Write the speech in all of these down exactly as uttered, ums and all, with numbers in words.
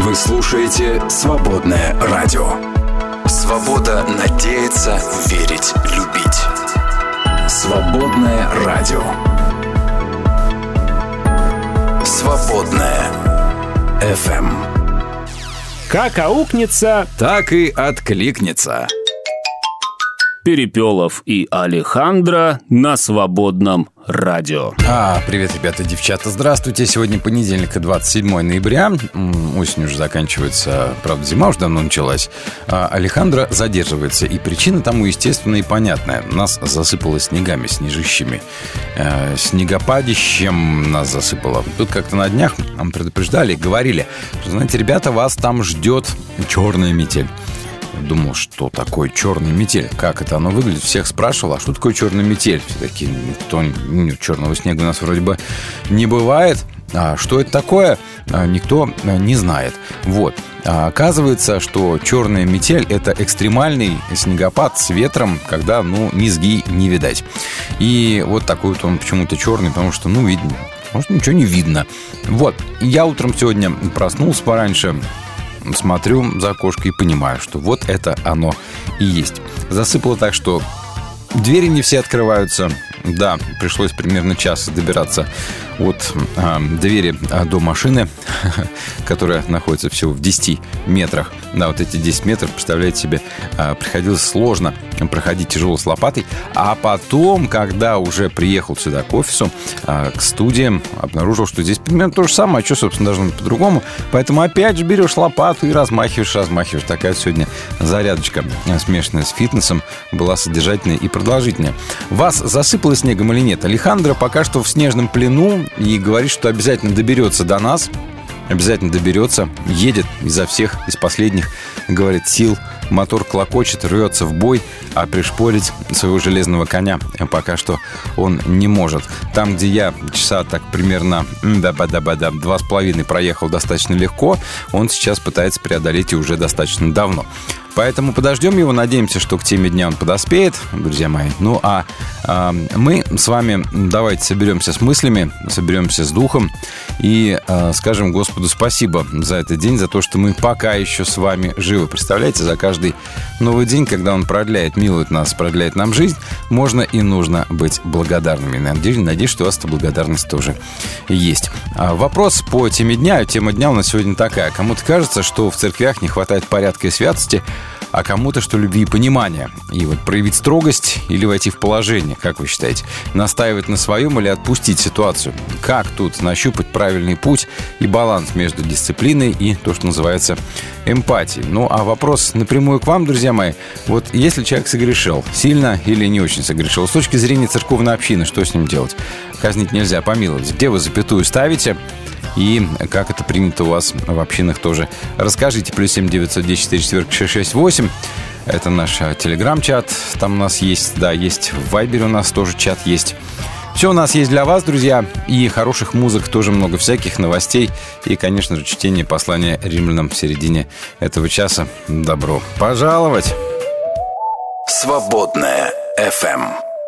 Вы слушаете «Свободное радио». Свобода надеяться, верить, любить. «Свободное радио». «Свободное эф эм». Как аукнется, так и откликнется. Перепелов и Алехандро на Свободном радио. А, привет, ребята, девчата, здравствуйте. Сегодня понедельник, двадцать седьмое ноября. Осень уже заканчивается, правда, зима уже давно началась. а Алехандро задерживается, и причина тому естественная и понятная. Нас засыпало снегами, снежищами, э, снегопадищем нас засыпало. Тут как-то на днях предупреждали, говорили, что, знаете, ребята, вас там ждет черная метель. Думал, что такое черная метель, как это оно выглядит. Всех спрашивал, а что такое черная метель? Все такие, никто, ну, черного снега у нас вроде бы не бывает. А что это такое, никто не знает. Вот. А оказывается, что черная метель – это экстремальный снегопад с ветром, когда, ну, низги не видать. И вот такой вот он почему-то черный, потому что, ну, видно, потому что ничего не видно. Вот. Я утром сегодня проснулся пораньше, смотрю за окошко и понимаю, что вот это оно и есть. Засыпало так, что двери не все открываются. Да, пришлось примерно час добираться от э, двери до машины, которая находится всего в десяти метрах. Да, вот эти десять метров, представляете себе, э, приходилось сложно проходить тяжело с лопатой. А потом, когда уже приехал сюда к офису, э, к студиям, обнаружил, что здесь примерно то же самое, а что, собственно, должно быть по-другому. Поэтому опять же берешь лопату и размахиваешь, размахиваешь. Такая сегодня зарядочка, смешанная с фитнесом, была содержательная и продолжительная. Вас засыпало снегом или нет? Алехандро пока что в снежном плену и говорит, что обязательно доберется до нас. Обязательно доберется. Едет изо всех, из последних, говорит, сил. Мотор клокочет, рвется в бой, а пришпорить своего железного коня пока что он не может. Там, где я часа так примерно да-ба-да-ба-да, два с половиной проехал достаточно легко, он сейчас пытается преодолеть и уже достаточно давно. Поэтому подождем его, надеемся, что к теме дня он подоспеет, друзья мои. Ну, а э, мы с вами давайте соберемся с мыслями, соберемся с духом и э, скажем Господу спасибо за этот день, за то, что мы пока еще с вами живы. Представляете, за каждый новый день, когда он продляет, милует нас, продляет нам жизнь, можно и нужно быть благодарными. Надеюсь, надеюсь, что у вас эта благодарность тоже есть. А вопрос по теме дня. Тема дня у нас сегодня такая. Кому-то кажется, что в церквях не хватает порядка и святости, а кому-то, что любви и понимания. И вот проявить строгость или войти в положение, как вы считаете? Настаивать на своем или отпустить ситуацию? Как тут нащупать правильный путь и баланс между дисциплиной и то, что называется эмпатией? Ну, а вопрос напрямую к вам, друзья мои. Вот если человек согрешил, сильно или не очень согрешил, с точки зрения церковной общины, что с ним делать? Казнить нельзя, помиловать. Где вы запятую ставите? И как это принято у вас в общинах тоже. Расскажите. Плюс семь девятьсот десять четыре четыре шесть шесть восемь. Это наш телеграм-чат. Там у нас есть, да, есть. В Вайбере у нас тоже чат есть. Все у нас есть для вас, друзья. И хороших музык тоже много, всяких новостей. И, конечно же, чтение послания римлянам в середине этого часа. Добро пожаловать! Свободное эф эм.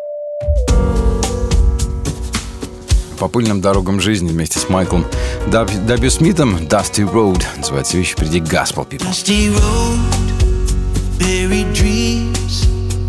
По пыльным дорогам жизни вместе с Майклом Дабью Смитом. Dusty Road называется вещь, впереди Gospel People. Dusty road, buried dreams,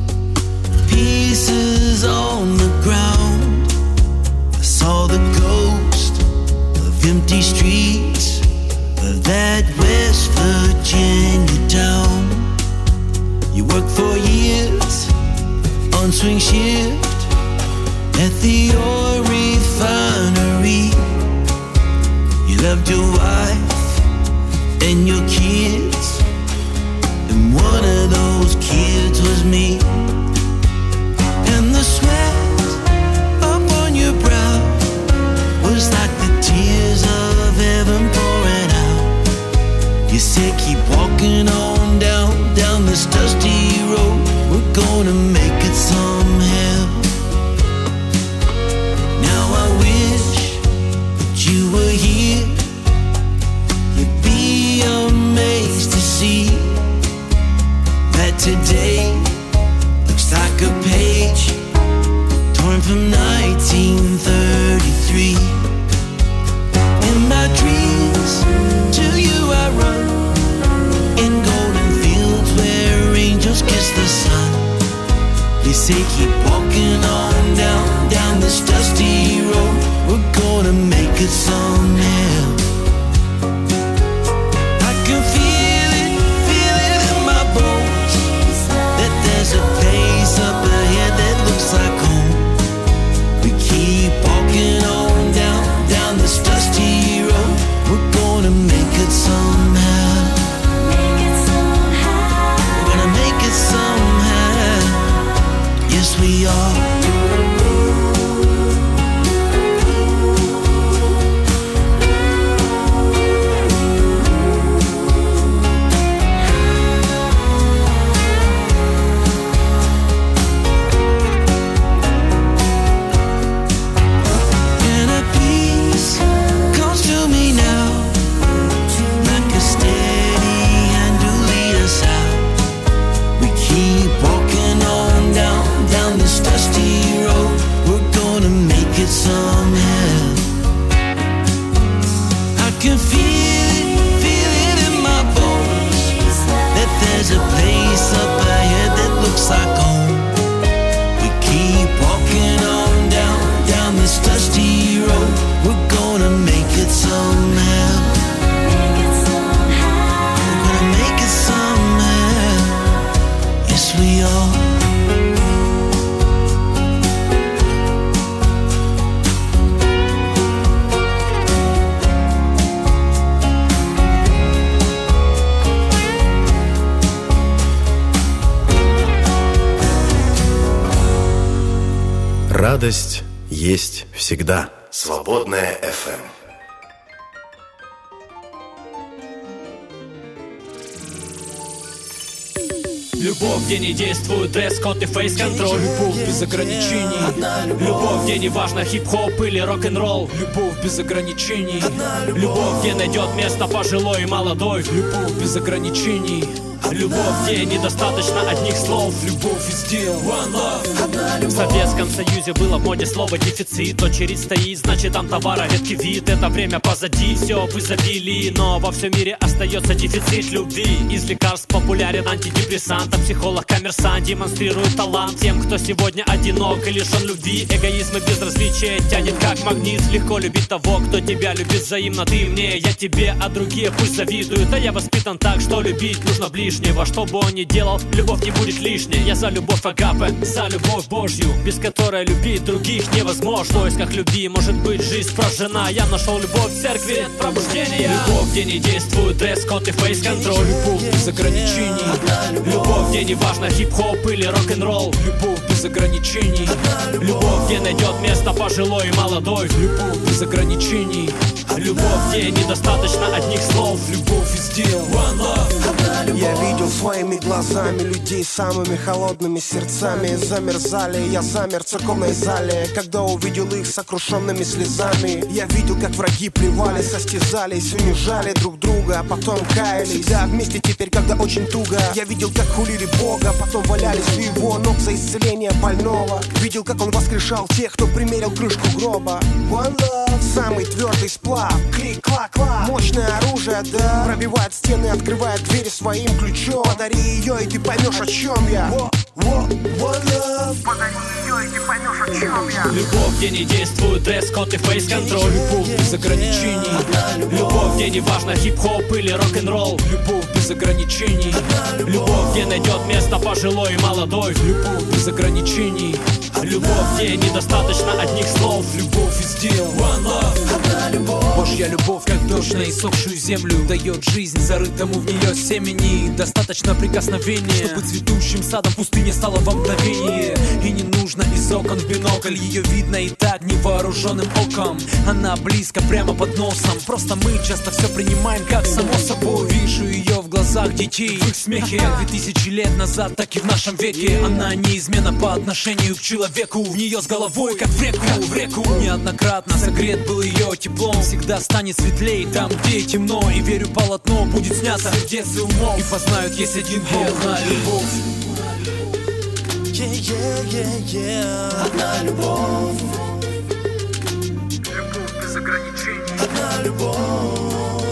pieces on the ground. I saw the ghost of empty streets of that West Virginia town. You worked for years on swing shift at the oil refinery. You loved your wife and your kids, and one of those kids was me. And the sweat up on your brow was like the tears of heaven pouring out. You said keep walking on down, down this dusty road. We're gonna make it somehow. I wish that you were here. You'd be amazed to see that today looks like a page torn from nineteen thirty-three. In my dreams, to you I run. can feel it, feel it in my bones, that there's a place up ahead that looks like home. We keep walking on down, down this dusty road. We're gonna make it somehow. We're gonna make it somehow. Yes, we are. Радость есть всегда. Свободная эф эм. Любовь, где не действует дресс-код и фейс-контроль. Любовь без ограничений. Любовь, где не важно хип-хоп или рок-н-ролл. Любовь без ограничений. Любовь, где найдет место пожилой и молодой. Любовь без ограничений. Любовь, где недостаточно одних слов. Любовь везде. One love. В Советском Союзе было в моде слово дефицит. Очередь стоит, значит там товара редкий вид. Это время позади, все в изобилии. Но во всем мире остается дефицит любви. Из лекарств популярен антидепрессант, а психолог-коммерсант демонстрирует талант тем, кто сегодня одинок и лишен любви. Эгоизм и безразличие тянет как магнит. Легко любить того, кто тебя любит взаимно. Ты мне, я тебе, а другие пусть завидуют. А я воспитан так, что любить нужно ближе. Во что бы он ни делал, любовь не будет лишней. Я за любовь агапе, за любовь Божью, без которой любить других невозможно. В поисках любви может быть жизнь прожжена. Я нашел любовь в церкви пробуждения. Любовь, где не действует дресс-код и фейс-контроль. Любовь без ограничений. Любовь, где не важно хип-хоп или рок-н-ролл. Любовь без ограничений. Любовь, где найдет место пожилой и молодой. Любовь без ограничений. Любовь, где недостаточно одних слов. Любовь везде. One love. Я видел своими глазами людей с самыми холодными сердцами. Замерзали, я замер в церковной зале, когда увидел их сокрушенными слезами. Я видел, как враги плевали, состязались, унижали друг друга, а потом каялись. Да, вместе теперь, когда очень туго. Я видел, как хулили Бога, потом валялись у его ног за исцеление больного. Видел, как он воскрешал тех, кто примерил крышку гроба. One love, самый твердый сплав. Клик-клак-клак, мощное оружие, да, пробивает стены, открывает двери своим ключом. Подари ее, и ты поймешь, о чем я. Wo, wo, one love. Подари ее, и ты поймешь, о чем я. Любовь, где не действует дресс-код и фейс-контроль. Любовь без ограничений. Любовь, где не важно хип-хоп или рок-н-ролл. Любовь без ограничений. Любовь, где найдет место пожилой и молодой. Любовь без ограничений. Любовь, где недостаточно одних слов. Любовь везде. One love. Божья любовь, как дождь на иссохшую землю, дает жизнь зарытому в нее семени. Достаточно прикосновения, чтобы цветущим садом пустыня стала во мгновение. И не нужно из окон в бинокль, ее видно и так невооруженным оком. Она близко, прямо под носом. Просто мы часто все принимаем как само собой. Вижу ее в глазах детей, в их смехе. Две тысячи лет назад, так и в нашем веке. Она неизменна по отношению к человеку. В нее с головой, как в реку, в реку. Неоднократно согрет был ее теплом. Всегда станет светлей там, где темно. И верю, полотно будет сняться сердец и умов. И познают, есть один Бог. Одна любовь. Yeah, yeah, yeah, yeah. Одна любовь. Любовь без ограничений. Одна любовь.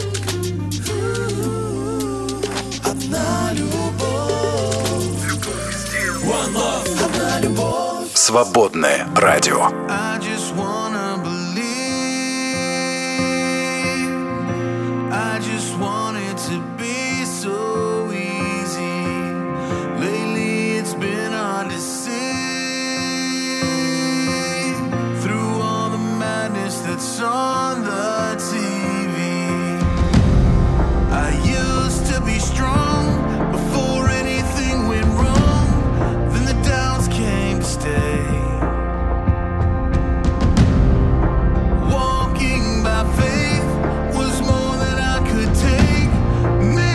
Одна любовь. Любовь везде. One love. Одна любовь. Свободное радио. I just wanna believe. I just want it to be so easy. Lately it's been hard to see. Through all the madness that's on the T V. I used to be strong before anything went wrong. Then the doubts came to stay. Walking by faith was more than I could take.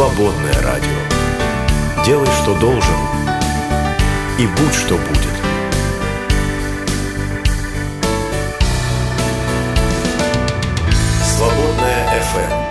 Свободное радио. Делай, что должен, и будь, что будет. Свободное эф эм.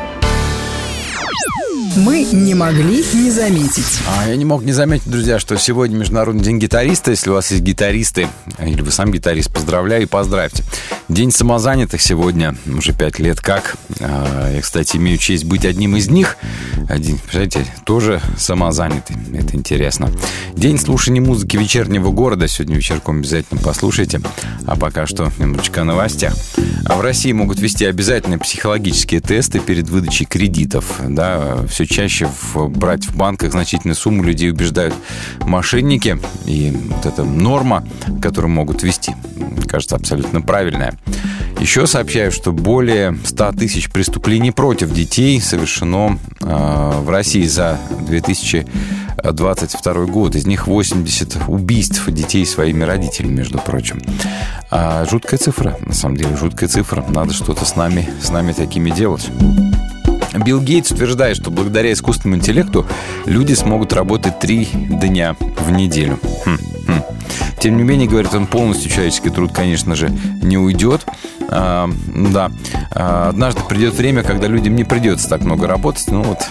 Мы не могли не заметить. А я не мог не заметить, друзья, что сегодня Международный день гитариста. Если у вас есть гитаристы, или вы сам гитарист, поздравляю и поздравьте. День самозанятых сегодня, уже пять лет как. Я, кстати, имею честь быть одним из них. Один, представляете, тоже самозанятый. Это интересно. День слушания музыки вечернего города. Сегодня вечерком обязательно послушайте. А пока что немножечко о новостях. А в России могут вести обязательные психологические тесты перед выдачей кредитов. Да, все чаще в, брать в банках значительную сумму людей убеждают мошенники. И вот эта норма, которую могут ввести, кажется, абсолютно правильная. Еще сообщаю, что более ста тысяч преступлений против детей совершено э, в России за две тысячи двадцать второй год. Из них восемьдесят убийств детей своими родителями, между прочим. А жуткая цифра, на самом деле, жуткая цифра. Надо что-то с нами, с нами такими делать. Билл Гейтс утверждает, что благодаря искусственному интеллекту люди смогут работать три дня в неделю. Хм, хм. Тем не менее, говорит он, полностью человеческий труд, конечно же, не уйдет. А, да. А, однажды придет время, когда людям не придется так много работать. Ну вот,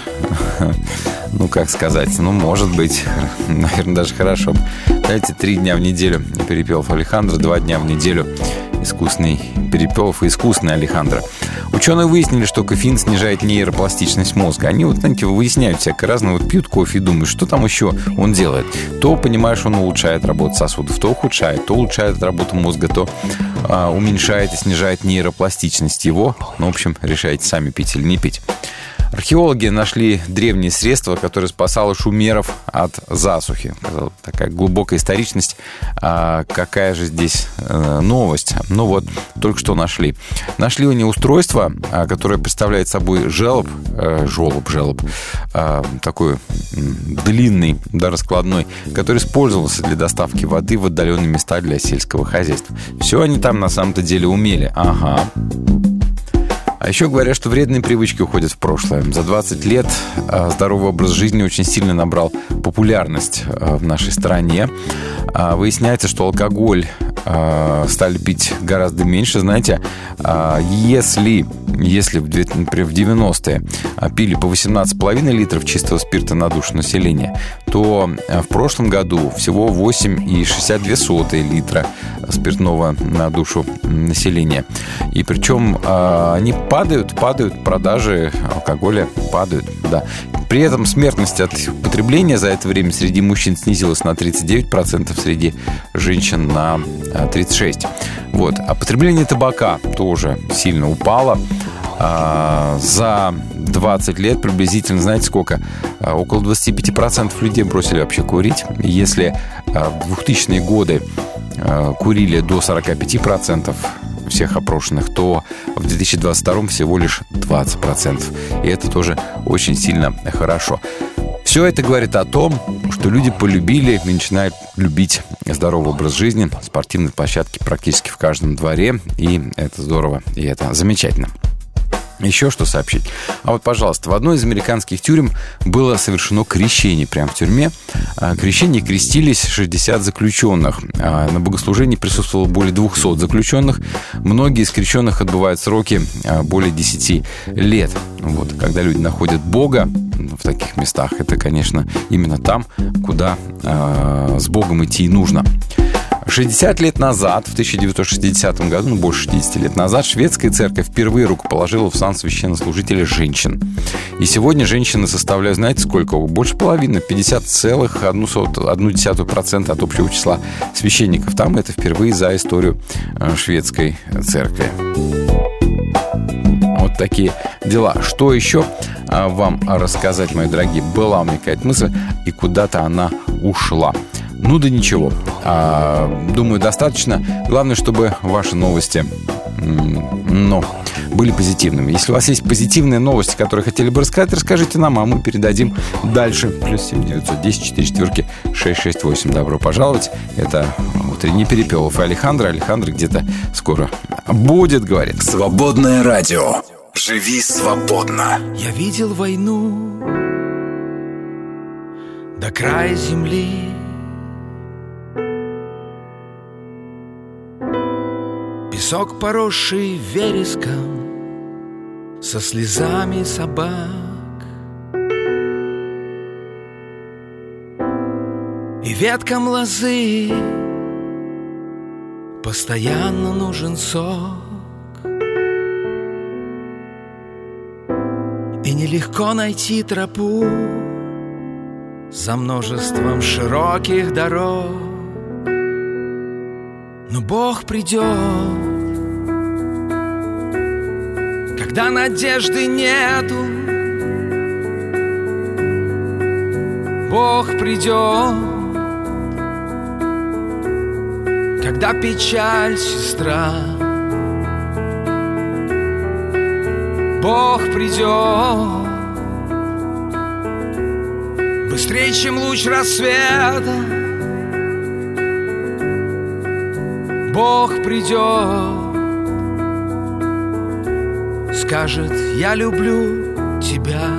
ну как сказать, ну может быть, наверное, даже хорошо. Знаете, три дня в неделю Перепелов Алехандро, два дня в неделю искусный Перепелов и искусный Алехандро. Ученые выяснили, что кофеин снижает нейропластичность мозга. Они, вот, знаете, выясняют всякое разное, вот пьют кофе и думают, что там еще он делает. То, понимаешь, он улучшает работу сосудов, то ухудшает, то улучшает работу мозга, то а, уменьшает и снижает нейропластичность его. Ну, в общем, решайте сами, пить или не пить. Археологи нашли древние средства, которые спасало шумеров от засухи. Такая глубокая историчность. А какая же здесь э, новость? Ну вот, только что нашли. Нашли они устройство, которое представляет собой желоб, э, желоб, желоб, э, такой э, длинный, да, раскладной, который использовался для доставки воды в отдаленные места для сельского хозяйства. Все они там на самом-то деле умели. Ага. А еще говорят, что вредные привычки уходят в прошлое. За двадцать лет здоровый образ жизни очень сильно набрал популярность в нашей стране. Выясняется, что алкоголь стали пить гораздо меньше. Знаете, если, если например, в девяностые пили по восемнадцать с половиной литров чистого спирта на душу населения, то в прошлом году всего восемь целых шестьдесят две сотых литра спиртного на душу населения. И причем они падают, падают, продажи алкоголя падают, да. При этом смертность от потребления за это время среди мужчин снизилась на тридцать девять процентов, среди женщин на тридцать шесть процентов. Вот. А потребление табака тоже сильно упало. За двадцать лет приблизительно, знаете сколько? Около двадцать пять процентов людей бросили вообще курить. Если в двухтысячные годы курили до сорок пять процентов всех опрошенных, то в две тысячи двадцать втором всего лишь двадцать процентов. И это тоже очень сильно хорошо. Все это говорит о том, что люди полюбили и начинают любить здоровый образ жизни, спортивные площадки практически в каждом дворе. И это здорово, и это замечательно. Еще что сообщить? А вот, пожалуйста, в одной из американских тюрем было совершено крещение прямо в тюрьме. Крещение крестились шестьдесят заключенных. На богослужении присутствовало более двухсот заключенных. Многие из крещенных отбывают сроки более десяти лет. Вот, когда люди находят Бога в таких местах, это, конечно, именно там, куда э, с Богом идти и нужно. шестьдесят лет назад, в тысяча девятьсот шестидесятом году, ну больше шестидесяти лет назад, шведская церковь впервые рукоположила в сан священнослужителя женщин. И сегодня женщины составляют, знаете, сколько? Больше половины, пятьдесят целых одна десятая процента от общего числа священников. Там это впервые за историю шведской церкви. Вот такие дела. Что еще вам рассказать, мои дорогие? Была у меня какая-то мысль, и куда-то она ушла. Ну да ничего. А, думаю, достаточно. Главное, чтобы ваши новости, ну, были позитивными. Если у вас есть позитивные новости, которые хотели бы рассказать, расскажите нам, а мы передадим дальше. Плюс семь девятьсот десять четыре четверки шесть шесть восемь. Добро пожаловать. Это утренний Перепелов и Алехандро. Алехандро где-то скоро будет, говорит. Свободное радио. Живи свободно. Я видел войну до края земли. Песок, поросший вереском, со слезами собак. И веткам лозы постоянно нужен сок. И нелегко найти тропу за множеством широких дорог. Но Бог придет, когда надежды нету. Бог придет, когда печаль сестра. Бог придет быстрее, чем луч рассвета. Бог придет, скажет: я люблю тебя.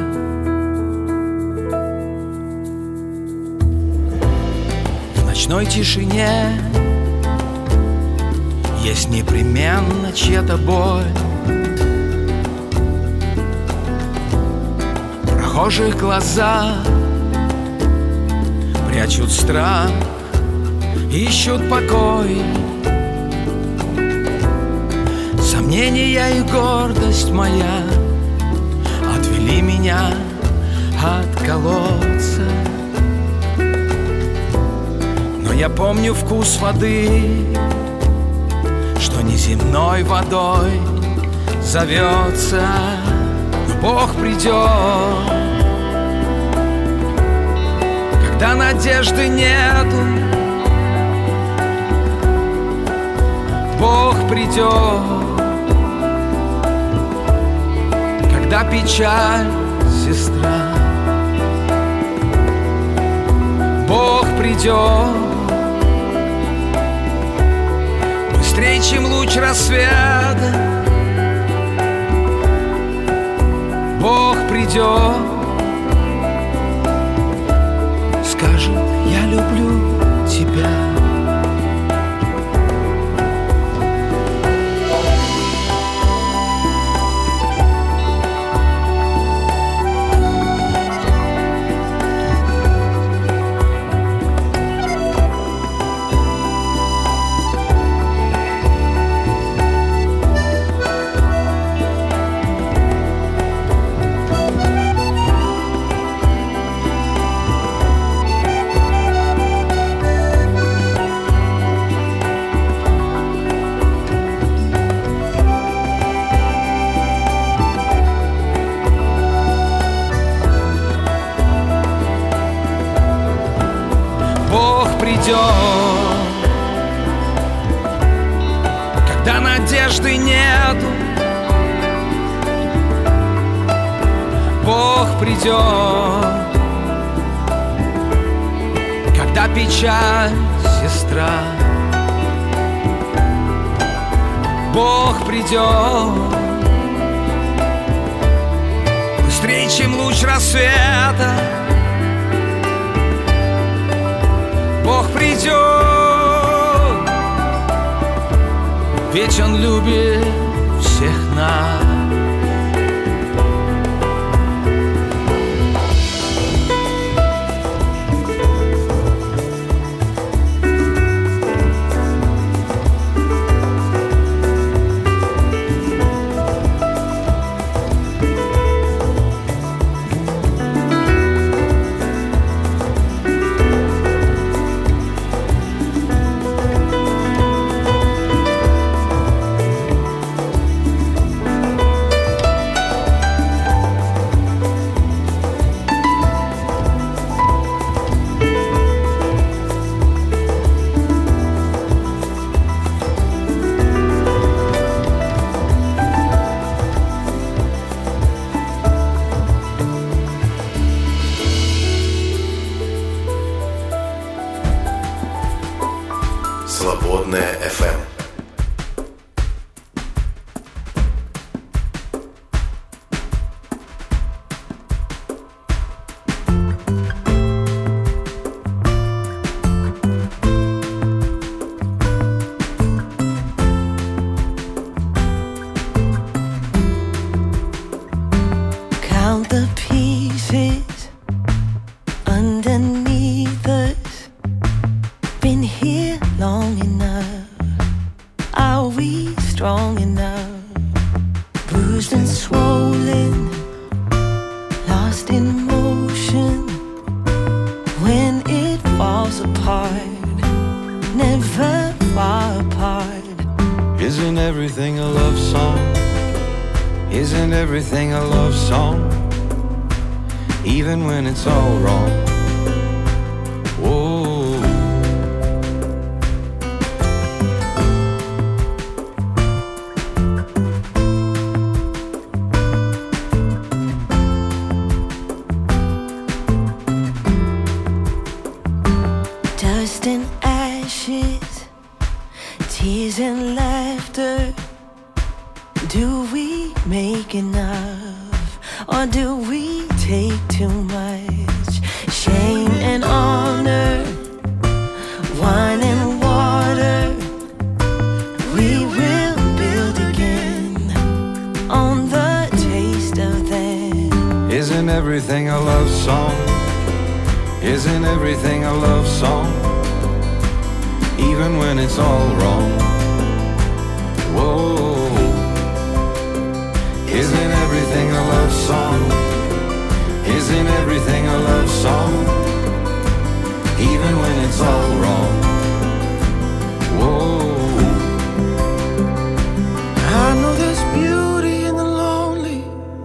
В ночной тишине есть непременно чья-то боль. В прохожих глаза прячут страх, ищут покой. Сомнения и гордость моя отвели меня от колодца. Но я помню вкус воды, что неземной водой зовется. Бог придет, когда надежды нету. Бог придет, когда печаль сестра. Бог придет быстрее, чем луч рассвета. Бог придет, скажет: я люблю тебя. Когда надежды нету. Бог придет, когда печаль сестра. Бог придет быстрее, чем луч рассвета. Бог придет, ведь Он любит всех нас. enough. Bruised and swollen, lost in motion. When it falls apart, never far apart. Isn't everything a love song? Isn't everything a love song? Even when it's all wrong. Whoa. Dust and ashes, tears and laughter. Do we make enough, or do we take too much? Shame and honor, wine and water. We will build again on the taste of that. Isn't everything a love song? Isn't everything a love song? Even when it's all wrong. Whoa. Isn't everything a love song? Isn't everything a love song? Even when it's all wrong. Whoa. I know there's beauty in the lonely,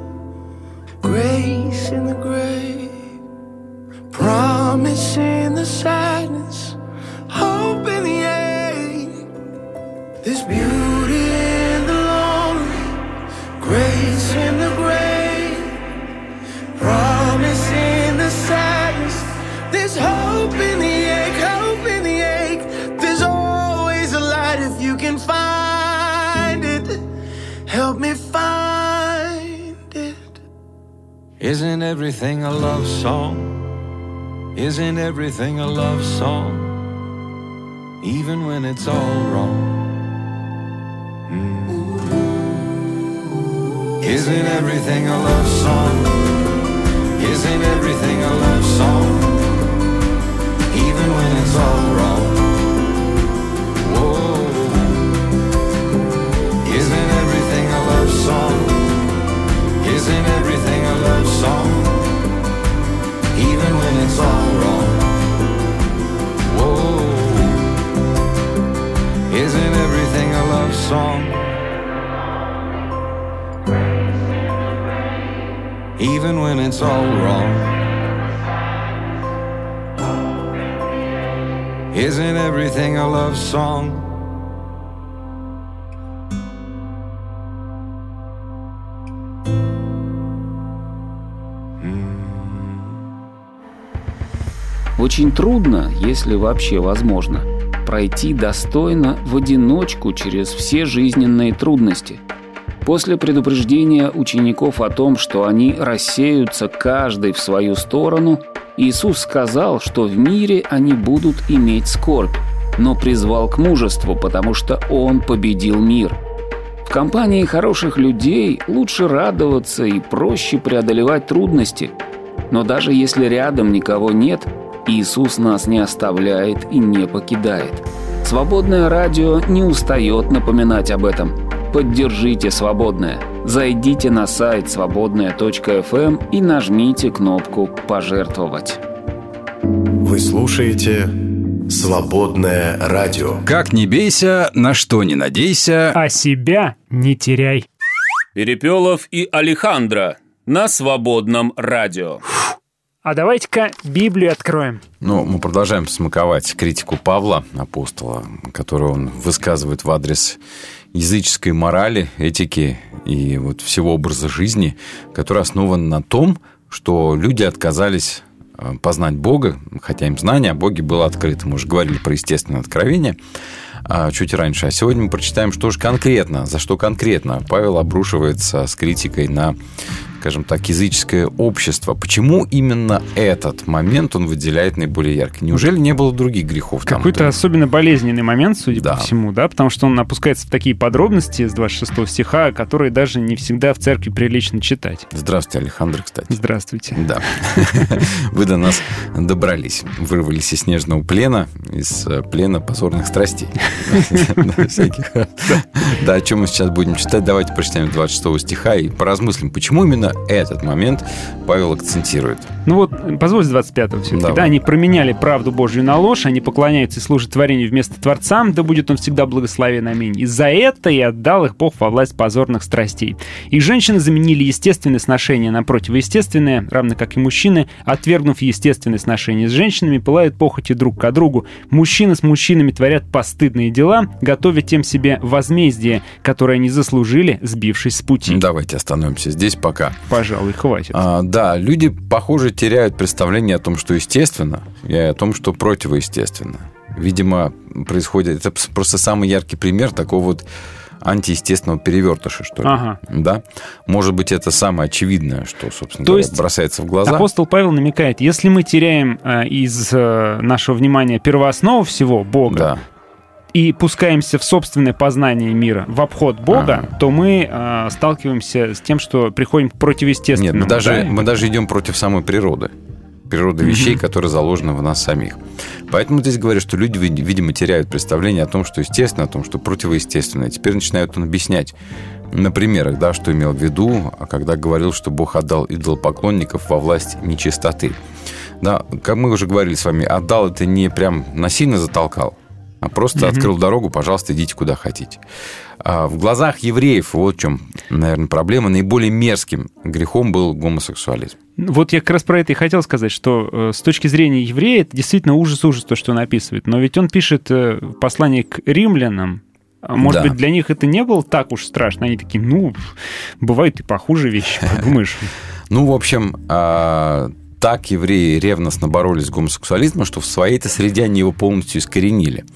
grace in the grave, promise in the sadness, hope in the ache. There's beauty in the lonely, grace in the grave, promise in the sadness. There's hope in the ache, hope in the ache. There's always a light if you can find it. Help me find it. Isn't everything a love song? Isn't everything a love song? Even when it's all wrong. Mm. Isn't everything a love song? Isn't everything a love song? Even when it's all wrong. Whoa. Isn't everything a love song? Isn't everything a love song? Even when it's all wrong. Whoa. Isn't everything a love song? Even when it's all wrong. Isn't everything a love song? Очень трудно, если вообще возможно, пройти достойно в одиночку через все жизненные трудности. После предупреждения учеников о том, что они рассеются каждый в свою сторону, Иисус сказал, что в мире они будут иметь скорбь, но призвал к мужеству, потому что Он победил мир. В компании хороших людей лучше радоваться и проще преодолевать трудности. Но даже если рядом никого нет, Иисус нас не оставляет и не покидает. Свободное радио не устает напоминать об этом. Поддержите Свободное. Зайдите на сайт свободное точка эф эм и нажмите кнопку «Пожертвовать». Вы слушаете Свободное радио. Как не бейся, на что не надейся, а себя не теряй. Перепелов и Алехандро на Свободном радио. А давайте-ка Библию откроем. Ну, мы продолжаем смаковать критику Павла, апостола, которую он высказывает в адрес языческой морали, этики и вот всего образа жизни, который основан на том, что люди отказались познать Бога, хотя им знание о Боге было открыто. Мы уже говорили про естественное откровение чуть раньше. А сегодня мы прочитаем, что же конкретно, за что конкретно Павел обрушивается с критикой на скажем так, языческое общество. Почему именно этот момент он выделяет наиболее ярко? Неужели не было других грехов? Какой-то там, особенно болезненный момент, судя да. по всему, да, потому что он опускается в такие подробности с двадцать шестого стиха, которые даже не всегда в церкви прилично читать. Здравствуйте, Александр, кстати. Здравствуйте. Да. Вы до нас добрались, вырвались из снежного плена, из плена позорных страстей. Да, о чем мы сейчас будем читать, давайте прочитаем двадцать шестого стиха и поразмыслим, почему именно этот момент Павел акцентирует. Ну вот, позвольте двадцать пятого все-таки. Да, они променяли правду Божью на ложь, они поклоняются и служат творению вместо Творца, да будет он всегда благословен, аминь. И за это и отдал их Бог во власть позорных страстей. Их женщины заменили естественные сношения на противоестественные, равно как и мужчины, отвергнув естественные сношения с женщинами, пылают похоти друг к другу. Мужчины с мужчинами творят постыдные дела, готовя тем себе возмездие, которое они заслужили, сбившись с пути. Давайте остановимся здесь пока. Пожалуй, хватит. А, да, люди, похоже, теряют представление о том, что естественно, и о том, что противоестественно. Видимо, происходит... Это просто самый яркий пример такого вот антиестественного перевертыша, что ли. Ага. Да? Может быть, это самое очевидное, что, собственно То говоря, есть бросается в глаза. Апостол Павел намекает, если мы теряем э, из э, нашего внимания первооснову всего Бога, да. и пускаемся в собственное познание мира, в обход Бога, ага. то мы э, сталкиваемся с тем, что приходим к противоестественному. Нет, мы даже, да? мы даже идем против самой природы. Природы вещей, mm-hmm. которые заложены в нас самих. Поэтому здесь говорят, что люди, видимо, теряют представление о том, что естественно, о том, что противоестественно. И теперь начинают он объяснять на примерах, да, что имел в виду, когда говорил, что Бог отдал идолопоклонников во власть нечистоты. Да, как мы уже говорили с вами, отдал это не прям насильно затолкал, а просто mm-hmm. открыл дорогу, пожалуйста, идите куда хотите. А в глазах евреев, вот в чем, наверное, проблема, наиболее мерзким грехом был гомосексуализм. Вот я как раз про это и хотел сказать, что э, с точки зрения еврея это действительно ужас-ужас, то, что он описывает. Но ведь он пишет э, послание к римлянам. Может да. быть, для них это не было так уж страшно. Они такие, ну, бывают и похуже вещи, подумаешь. Ну, в общем... Так евреи ревностно боролись с гомосексуализмом, что в своей-то среде они его полностью искоренили.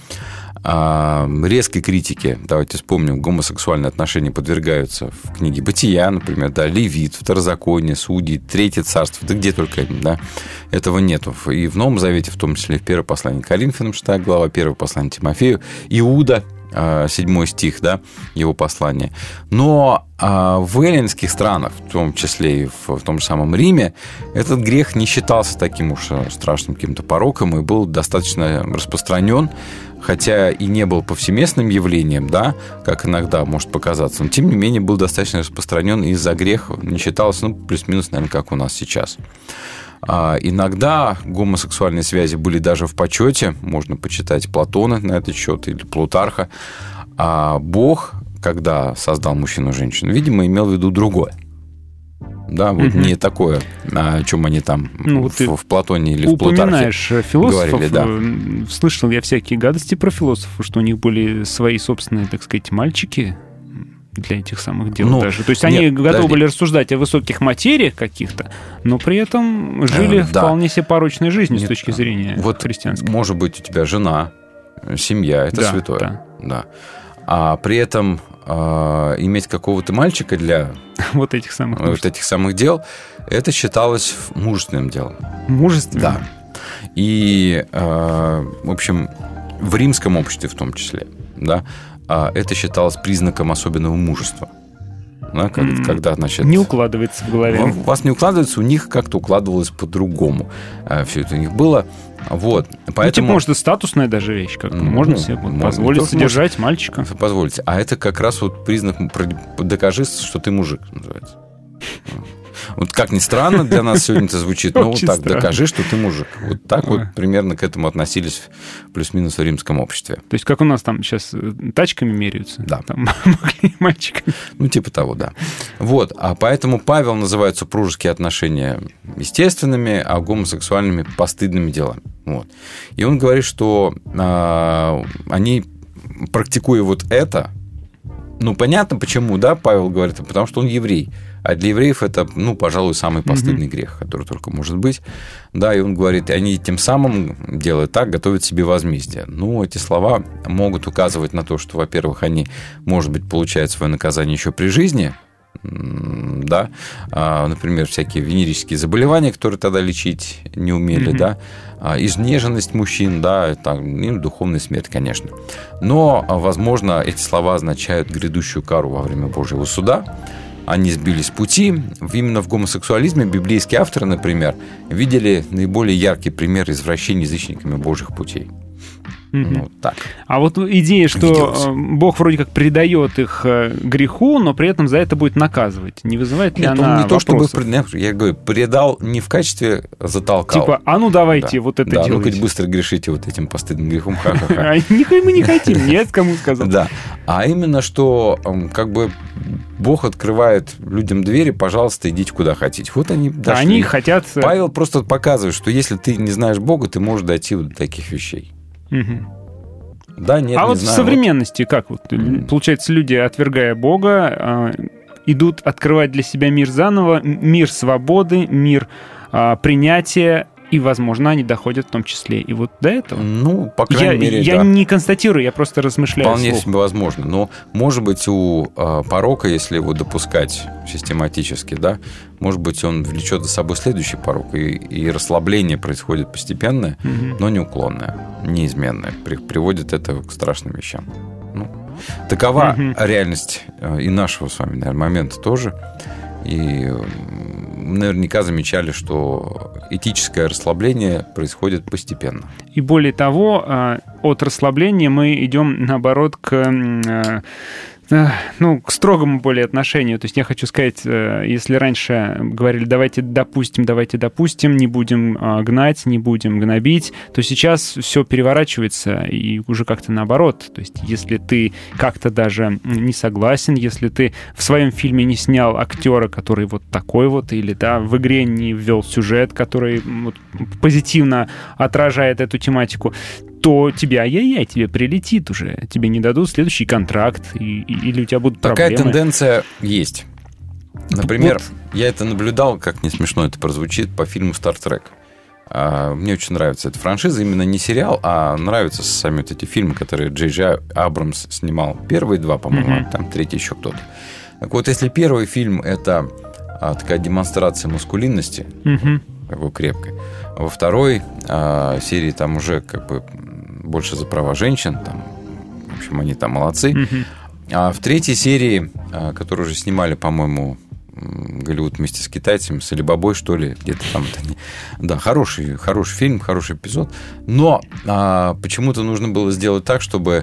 А, резкой критике, давайте вспомним, гомосексуальные отношения подвергаются в книге «Бытия», например, да, Левит, Второзаконие, Судьи, Третье царство, да где только да, этого нету. И в Новом Завете, в том числе в первом послании к Коринфянам, шестая глава, первое послание Тимофею, Иуда, седьмой стих, да, его послания. Но а, в эллинских странах, в том числе и в, в том же самом Риме, этот грех не считался таким уж страшным каким-то пороком и был достаточно распространен, хотя и не был повсеместным явлением, да, как иногда может показаться, но тем не менее был достаточно распространен и за грех не считался, ну, плюс-минус, наверное, как у нас сейчас. А иногда гомосексуальные связи были даже в почете, можно почитать Платона на этот счет или Плутарха. А Бог, когда создал мужчину и женщину, видимо, имел в виду другое. Да, вот угу. не такое, о чем они там ну, в, в Платоне или в Плутархе упоминаешь философов, говорили, да. Слышал я всякие гадости про философов, что у них были свои собственные, так сказать, мальчики для этих самых дел ну, даже. То есть они нет, готовы подожди. были рассуждать о высоких материях каких-то, но при этом жили э, да. вполне себе порочной жизнью нет, с точки зрения вот христианской. Может быть, у тебя жена, семья, это да, святое. Да. Да. А при этом э, иметь какого-то мальчика для вот этих самых, вот этих самых дел, это считалось мужественным делом. Мужественным? Да. И, э, в общем, в римском обществе в том числе, да, это считалось признаком особенного мужества. Да, как, mm, когда, значит, не укладывается в голове. У вас не укладывается, у них как-то укладывалось по-другому. Все это у них было. Вот. Поэтому... Ну, типа, может, и статусная даже вещь. Как mm, можно ну, себе можно, позволить содержать может, мальчика. Позвольте. А это как раз вот признак «докажи, что ты мужик» называется. Вот как ни странно для нас сегодня это звучит, но вот так, докажи, что ты мужик. Вот так вот примерно к этому относились плюс-минус в римском обществе. То есть как у нас там сейчас тачками меряются? Да. Там мальчиками. Ну, типа того, да. Вот, а поэтому Павел называет супружеские отношения естественными, а гомосексуальными постыдными делами. Вот. И он говорит, что а, они, практикуя вот это, ну, понятно, почему, да, Павел говорит, потому что он еврей. А для евреев это, ну, пожалуй, самый постыдный mm-hmm. грех, который только может быть. Да, и он говорит, они тем самым, делая так, готовят себе возмездие. Ну, эти слова могут указывать на то, что, во-первых, они, может быть, получают свое наказание еще при жизни, да, например, всякие венерические заболевания, которые тогда лечить не умели, mm-hmm. да, изнеженность мужчин, да, там, и духовная смерть, конечно. Но, возможно, эти слова означают грядущую кару во время Божьего суда. Они сбились с пути. Именно в гомосексуализме библейские авторы, например, видели наиболее яркий пример извращения язычниками Божьих путей. Mm-hmm. Ну, так. А вот идея, что Виделось. Бог вроде как предает их греху, но при этом за это будет наказывать, не вызывает ли Нет, она он не вопросов? то, чтобы, я говорю, предал не в качестве затолкал. Типа, а ну давайте да. вот это да, делайте. Ну хоть быстро грешите вот этим постыдным грехом, ха-ха-ха. Никакой мы не хотим, нет, кому сказал. Да, а именно, что как бы Бог открывает людям двери, пожалуйста, идите куда хотите. Вот они дошли. Они хотят... Павел просто показывает, что если ты не знаешь Бога, ты можешь дойти до таких вещей. Угу. Да, нет, а не вот знаю, в современности вот... как? Вот, mm. Получается, люди, отвергая Бога, идут открывать для себя мир заново, мир свободы, мир принятия, и, возможно, они доходят в том числе и вот до этого. Ну, по крайней я, мере, я да. Я не констатирую, я просто размышляю. Вполне вслух. себе возможно. Но, может быть, у э, порока, если его допускать систематически, да, может быть, он влечет за собой следующий порок, и, и расслабление происходит постепенное, mm-hmm. но неуклонное, неизменное. При, приводит это к страшным вещам. Ну, такова mm-hmm. реальность э, и нашего с вами, наверное, момента тоже. И наверняка замечали, что этическое расслабление происходит постепенно. И более того, от расслабления мы идем, наоборот, к... ну, к строгому более отношению. То есть я хочу сказать, если раньше говорили, давайте допустим, давайте допустим, не будем гнать, не будем гнобить, то сейчас все переворачивается и уже как-то наоборот. То есть если ты как-то даже не согласен, если ты в своем фильме не снял актера, который вот такой вот, или да, в игре не ввел сюжет, который вот позитивно отражает эту тематику, то тебе, ай-яй-яй, тебе прилетит уже. Тебе не дадут следующий контракт, и, и, или у тебя будут Такая проблемы. Такая тенденция есть. Например, вот. я это наблюдал, как не смешно это прозвучит, по фильму «Стар Трек». Мне очень нравится эта франшиза, именно не сериал, а нравятся сами вот эти фильмы, которые Джей Джей Абрамс снимал. Первые два, по-моему, mm-hmm. там третий еще кто-то. Так вот, если первый фильм – это такая демонстрация маскулинности, mm-hmm. такой крепкой, во второй а, серии там уже как бы больше за права женщин, там, в общем, они там молодцы. Mm-hmm. А в третьей серии, а, которую уже снимали, по-моему, Голливуд вместе с китайцами, с Алибабой, что ли, где-то там. Да, хороший, хороший фильм, хороший эпизод. Но а, почему-то нужно было сделать так, чтобы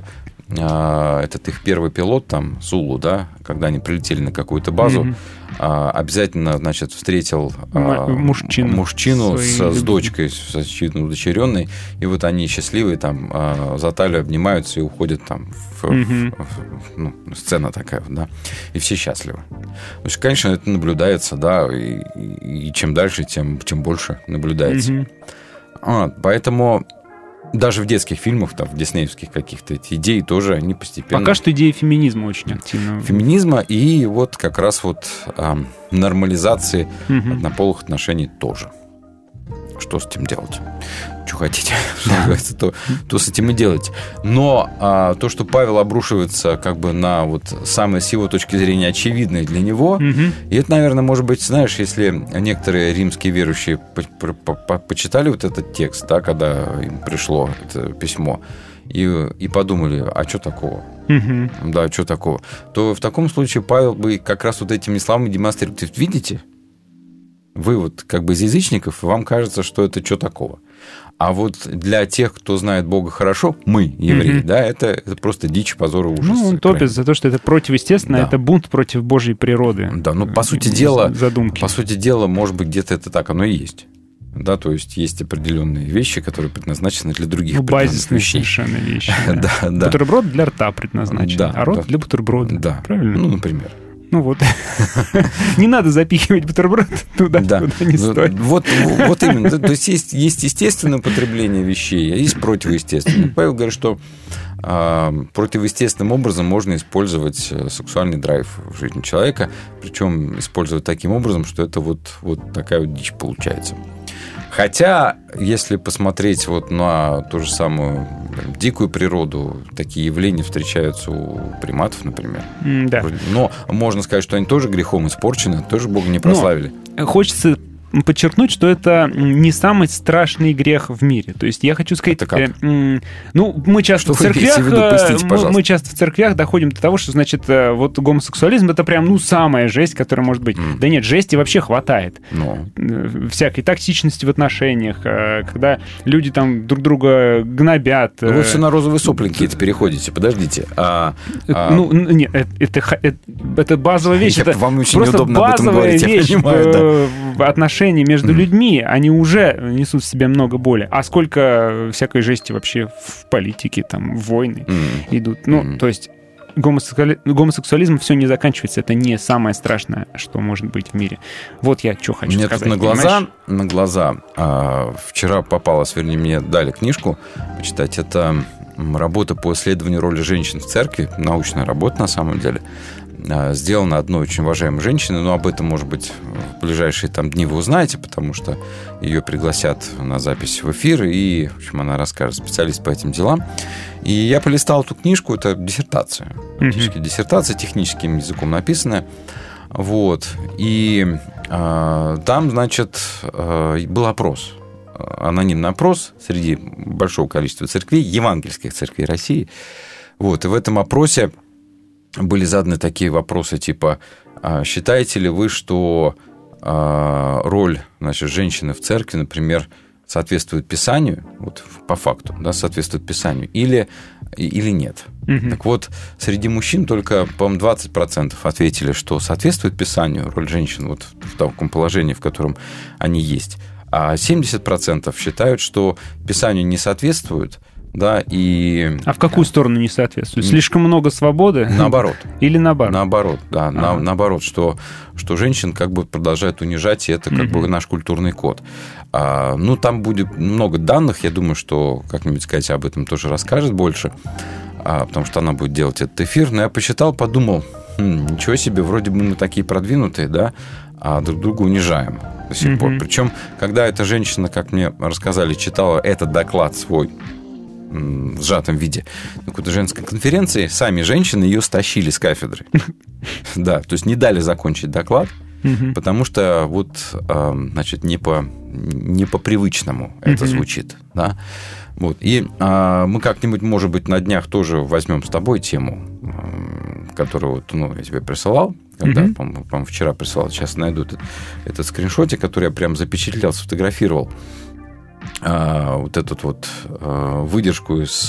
а, этот их первый пилот, там, Сулу, да, когда они прилетели на какую-то базу, mm-hmm. а, обязательно, значит, встретил а, мужчину, мужчину с, с дочкой, с очевидно удочеренной, и вот они счастливые там а, за талию обнимаются и уходят там в, mm-hmm. в, в, ну, сцена такая, да, и все счастливы. То есть, конечно, это наблюдается, да, и, и, и чем дальше, тем, тем больше наблюдается. Mm-hmm. А, поэтому даже в детских фильмах, там, в диснеевских каких-то, эти идеи тоже, они постепенно... Пока что идея феминизма очень активна. Феминизма и вот как раз вот а, нормализации угу. однополых отношений тоже. Что с этим делать? Что хотите, что называется, то, то с этим и делать. Но а, то, что Павел обрушивается как бы на вот самое с его точки зрения очевидное для него, mm-hmm. и это, наверное, может быть, знаешь, если некоторые римские верующие по- по- по- почитали вот этот текст, да, когда им пришло это письмо, и, и подумали, а что такого? Mm-hmm. Да, что такого? То в таком случае Павел бы как раз вот этими словами демонстрировал. Видите? Вы вот как бы из язычников, и вам кажется, что это что такого. А вот для тех, кто знает Бога хорошо, мы, евреи, mm-hmm. да, это, это просто дичь, позор и ужас. Ну, он топит за то, что это противоестественно, да. это бунт против Божьей природы. Да, ну, по сути дела, задумки. По сути дела, может быть, где-то это так оно и есть. Да, то есть есть определенные вещи, которые предназначены для других ну, базисные вещей. Совершенно вещи. Да, да. Бутерброд для рта предназначен, а рот для бутерброда. Да, правильно? Ну, например. Ну вот, не надо запихивать бутерброд туда, да. куда не стоит. Вот, вот именно. То есть, есть, есть естественное употребление вещей, а есть противоестественное. Павел говорит, что а, противоестественным образом можно использовать сексуальный драйв в жизни человека, причем использовать таким образом, что это вот, вот такая вот дичь получается. Хотя, если посмотреть вот на ту же самую дикую природу, такие явления встречаются у приматов, например. Mm, да. Но можно сказать, что они тоже грехом испорчены, тоже Бога не прославили. Но хочется подчеркнуть, что это не самый страшный грех в мире. То есть я хочу сказать... Это как? Э, ну, мы часто что в церквях... Виду, простите, мы, мы часто в церквях доходим до того, что, значит, вот гомосексуализм — это прям, ну, самая жесть, которая может быть. Mm. Да нет, жести вообще хватает. No. Всякой токсичности в отношениях, когда люди там друг друга гнобят. Вы все на розовые сопли какие-то переходите. Подождите. А, а... Ну, нет, это, это, это базовая вещь. Я, это вам очень просто неудобно об этом говорить, вещь я понимаю, в, да. отношении между mm. людьми, они уже несут в себе много боли. А сколько всякой жести вообще в политике, там, войны mm. идут. Ну, mm. то есть гомосексуали... гомосексуализм все не заканчивается. Это не самое страшное, что может быть в мире. Вот я что хочу мне сказать. Мне на глаза, на глаза а, вчера попалась, вернее, мне дали книжку почитать. Это работа по исследованию роли женщин в церкви. Научная работа, на самом деле. Сделана одной очень уважаемой женщиной, но об этом, может быть, в ближайшие там дни вы узнаете, потому что ее пригласят на запись в эфир, и, в общем, она расскажет, специалист по этим делам. И я полистал эту книжку, это диссертация, mm-hmm. диссертация, техническим языком написанная, вот, и э, там, значит, э, был опрос, анонимный опрос среди большого количества церквей, евангельских церквей России, вот, и в этом опросе были заданы такие вопросы, типа, считаете ли вы, что роль, значит, женщины в церкви, например, соответствует Писанию, вот по факту, да, соответствует Писанию, или, или нет? Mm-hmm. Так вот, среди мужчин только, по-моему, двадцать процентов ответили, что соответствует Писанию роль женщин вот в таком положении, в котором они есть, а семьдесят процентов считают, что Писанию не соответствует. Да, и... А в какую сторону не соответствует? Слишком много свободы? Наоборот. Или наоборот? Наоборот, да. На, наоборот, что, что женщин как бы продолжают унижать, и это как mm-hmm. бы наш культурный код. А, ну, там будет много данных, я думаю, что как-нибудь Катя об этом тоже расскажет больше, а, потому что она будет делать этот эфир. Но я посчитал, подумал, хм, ничего себе, вроде бы мы такие продвинутые, да, а друг друга унижаем до сих mm-hmm. пор. Причем, когда эта женщина, как мне рассказали, читала этот доклад свой, в сжатом виде на какой-то женской конференции, сами женщины ее стащили с кафедры. Да, то есть не дали закончить доклад, потому что вот, значит, не по, не по привычному это звучит. Да? Вот. И мы как-нибудь, может быть, на днях тоже возьмем с тобой тему, которую вот, ну, я тебе присылал, когда, mm-hmm. по-моему, по-моему, вчера присылал, сейчас найду этот, этот скриншотик, который я прям запечатлел, сфотографировал. Вот эту вот выдержку из,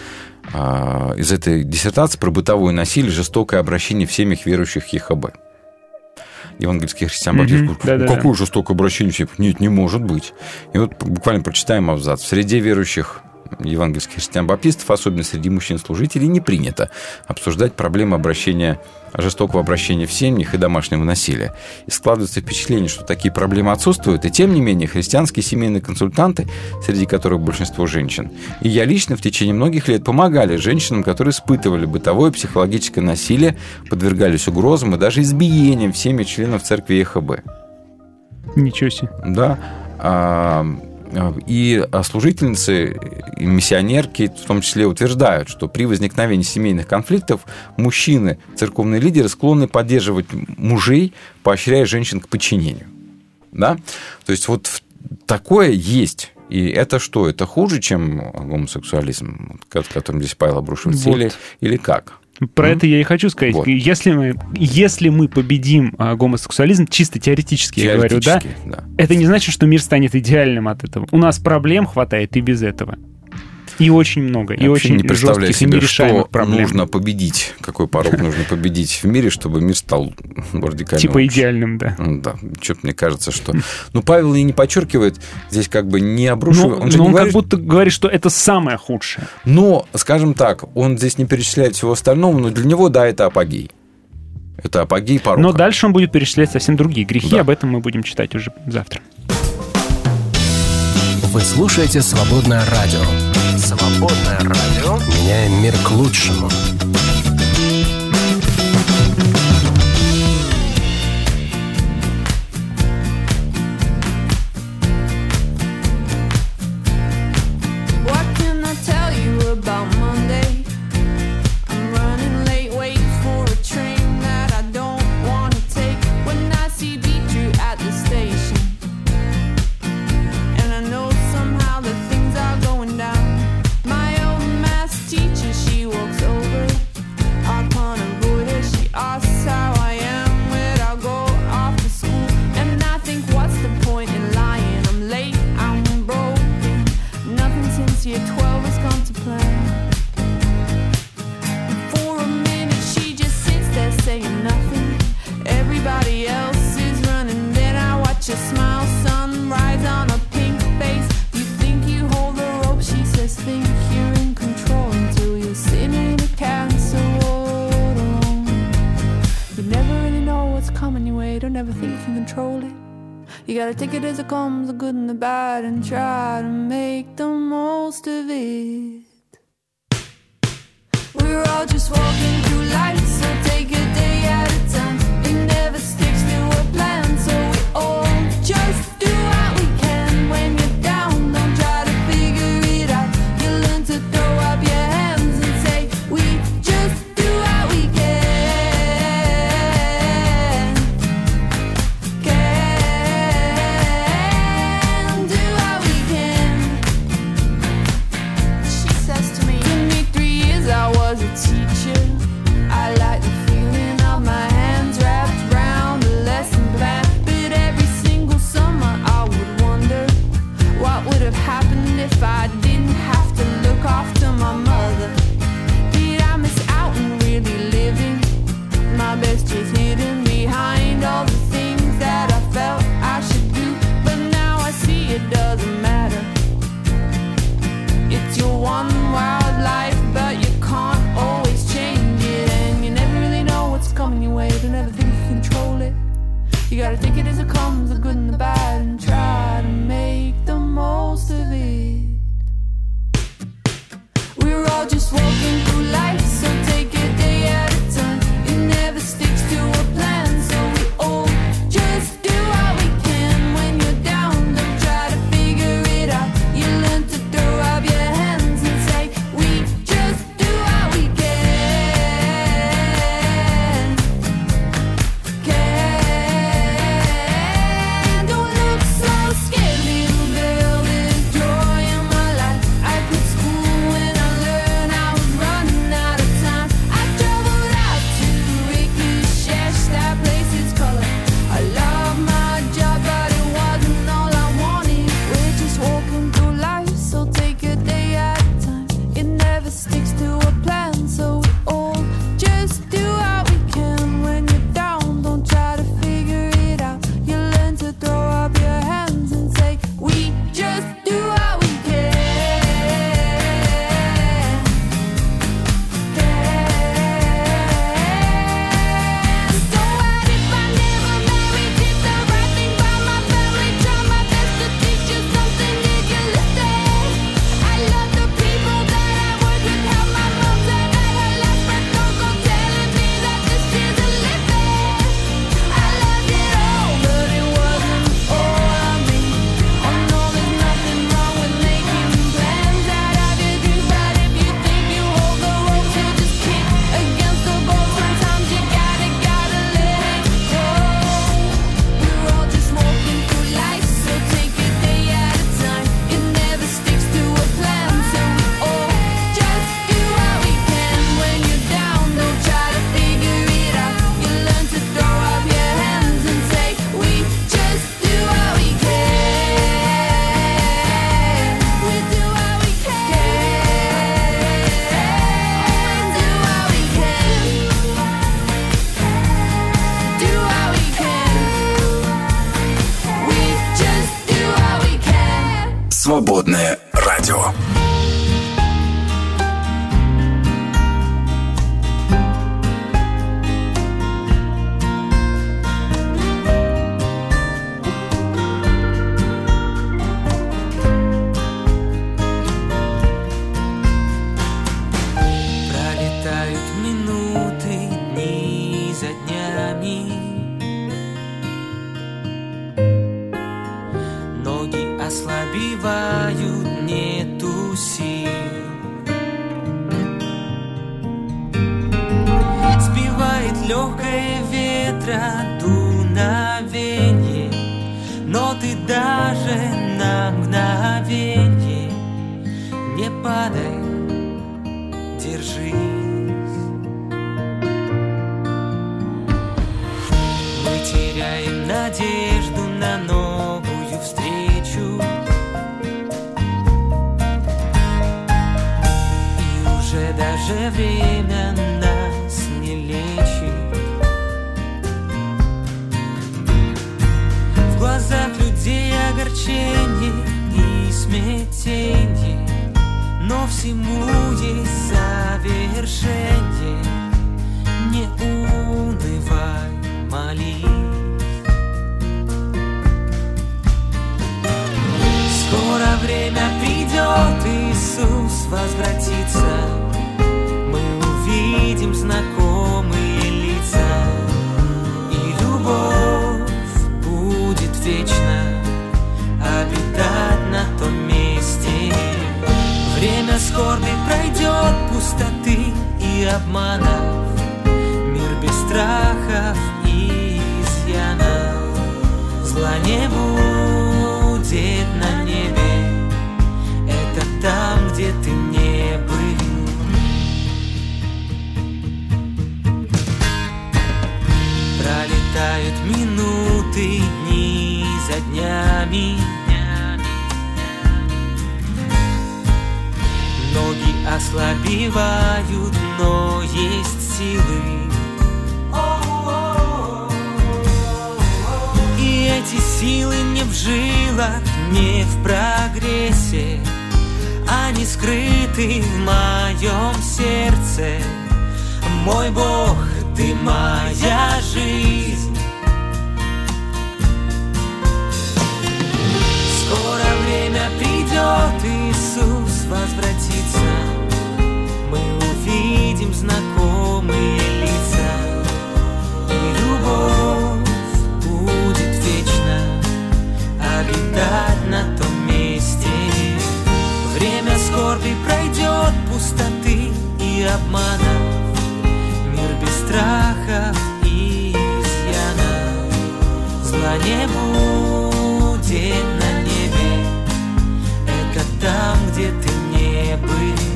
из этой диссертации про бытовое насилие, жестокое обращение в семьях верующих ЕХБ. Евангельских христиан-баптистов. Mm-hmm. Да, какое да, жестокое обращение в семьях? Нет, не может быть. И вот буквально прочитаем абзац. В среде верующих евангельских христиан-баптистов, особенно среди мужчин-служителей, не принято обсуждать проблемы обращения, жестокого обращения в семьях и домашнего насилия. И складывается впечатление, что такие проблемы отсутствуют, и тем не менее христианские семейные консультанты, среди которых большинство женщин, и я лично в течение многих лет помогали женщинам, которые испытывали бытовое психологическое насилие, подвергались угрозам и даже избиениям в семьях членов церкви ЕХБ. Ничего себе. Да. И служительницы, и миссионерки в том числе утверждают, что при возникновении семейных конфликтов мужчины, церковные лидеры, склонны поддерживать мужей, поощряя женщин к подчинению. Да? То есть вот такое есть. И это что? Это хуже, чем гомосексуализм, которым здесь Павел обрушивается? Вот. Или, или как? Про mm-hmm. это я и хочу сказать. Вот. Если мы, если мы победим а, гомосексуализм, чисто теоретически, теоретически я говорю, да, да, это не значит, что мир станет идеальным от этого. У нас проблем хватает и без этого. И очень много, я и очень не представляю жестких себе, и нерешаемых что проблем. Нужно победить, какой порог нужно победить в мире, чтобы мир стал радикально типа лучше. Идеальным, да. Да, что-то мне кажется, что... Ну, Павел и не подчеркивает, здесь как бы не обрушивает... Но, он же но не он говорит... как будто говорит, что это самое худшее. Но, скажем так, он здесь не перечисляет всего остального, но для него, да, это апогей. Это апогей порока. Но дальше он будет перечислять совсем другие грехи, да. Об этом мы будем читать уже завтра. Вы слушаете «Свободное радио». «Свободное радио». Меняем мир к лучшему. You never really know what's coming your way. Don't ever think you can control it. You gotta take it as it comes, the good and the bad, and try to make the most of it. We're all just walking through life, so take a day at a time. It never sticks to a plan, so we all just do what we can. When you're down, don't try to figure it out. You learn to throw up your hands and say, we just do what we can. Can do what we can. She says to me, twenty-three years I was a teacher. I like the feeling of my hands wrapped around a lesson plan. But every single summer I would wonder what would have happened if I didn't have to look after my mother. Did I miss out on really living my best just hidden behind all the things that I felt I should do? But now I see it doesn't matter. It's your one wild life, but you can't always change it. And you never really know what's coming your way. Don't ever think you control it. You gotta take it as it comes, the good and the bad, and try to make the most of it. We're all just walking through life, so take a day at a time. It never sticks to a plan, so we all just do what we can. When you're down, don't try to figure it out. You learn to throw up your hands and say, we just do what we can. Can. Don't look so scared, little girl. There's joy in my life. I quit school when I learned I was running out of time. I traveled out to Ricochet, that place is color. I love my job, but it wasn't all I wanted. We're just walking through life, so take a day at a time. It never sticks to a plan, so we all just do what we can. When you're down, don't try to figure it out. You learn to throw up your hands and say, we just do what we can. So what if I never married? Did the right thing by my family? Try my best to teach you something. Did you listen? I love the people that I work with. How my mom said at her last breath, don't go telling me that this isn't living. I loved it all, but it wasn't all of me. Oh no, there's nothing wrong with making plans out of your dreams, but if you think you hold the ropes, you'll just kick against the boat. Sometimes you gotta, gotta let it go. We're all just walking through life, so take a day at a time. It never sticks to a plan, so we all just do what we can. When you're down, don't try to figure it out. You learn to throw up your hands and say, we just do what we can. We do what we can. Do what we can. Do what we can. We just do what we can. Свободное радио. Пролетают минуты, дни за днями. Ноги ослабевают, нету сил. Сбивает легкое ветра дуновенье, но ты даже на мгновенье не падай, держись. Мы теряем надежду на новую встречу, и уже даже время нас не лечит. В глазах людей огорчение и смятение, но всему есть завершение. Не унывай. возвратится. Мы увидим знакомые лица, и любовь будет вечно обитать на том месте. Время скорби пройдет, пустоты и обманов, мир без страхов и изъянов. Зла не будет на небе, это там, где ты не был. Пролетают минуты, дни за днями. Ноги ослабевают, но есть силы. И эти силы не в жилах, не в прогрессе, они скрыты в моем сердце. Мой Бог, ты моя жизнь. Скоро время придет, Иисус возвратится. Мы увидим знакомые лица, и любовь будет вечно обитать на том месте. Время скорби пройдет, пустоты и обманов, мир без страхов и изъянов. Зла не будет на небе, это там, где ты не был.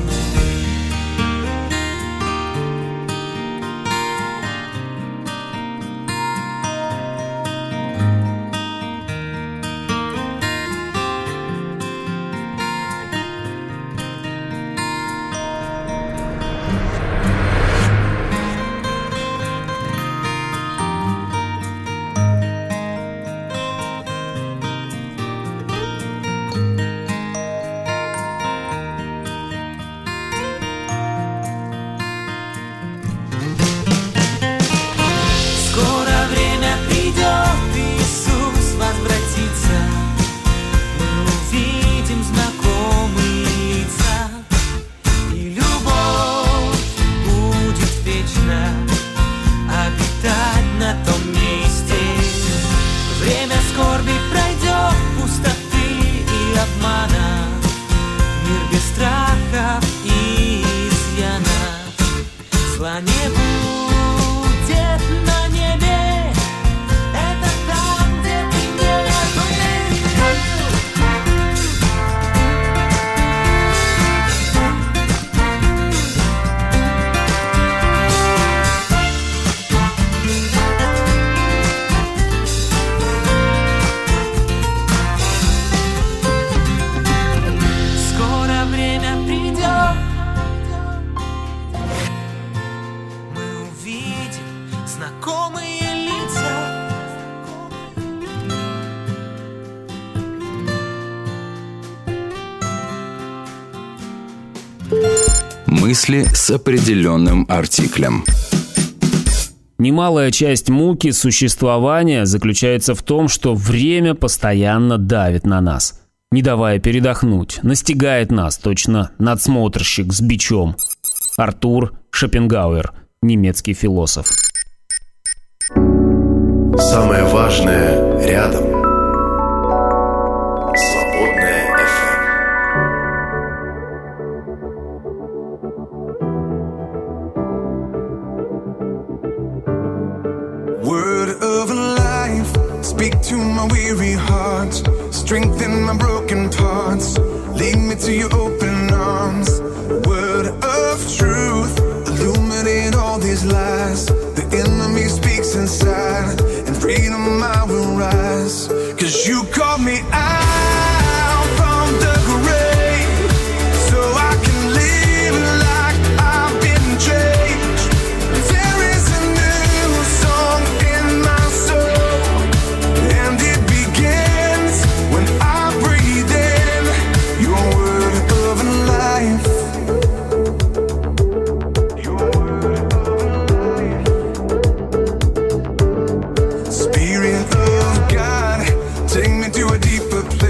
Мысли с определенным артиклем. Немалая часть муки существования заключается в том, что время постоянно давит на нас, не давая передохнуть, настигает нас, точно надсмотрщик с бичом. Артур Шопенгауэр, немецкий философ. Самое важное рядом. Свободная эф эм. Word of life, speak to my weary heart, strengthen my broken parts, lead me to your open arms. Word of truth, illuminate all these lies. The enemy speaks inside, and freedom I will rise. Cause you called me out from the grave, so I can live like I've been changed. There is a new song in my soul, and it begins when I breathe in your word of life. Your word of life. Spirit of God, take me to a deeper place.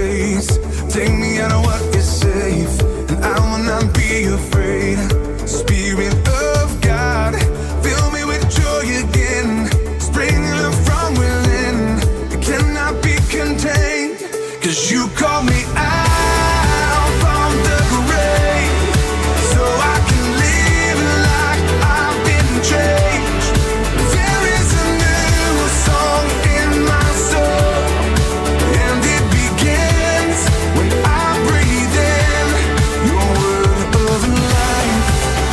'Cause you call me out from the grave, so I can live like I've been changed. There is a new song in my soul, and it begins when I breathe in your word of life.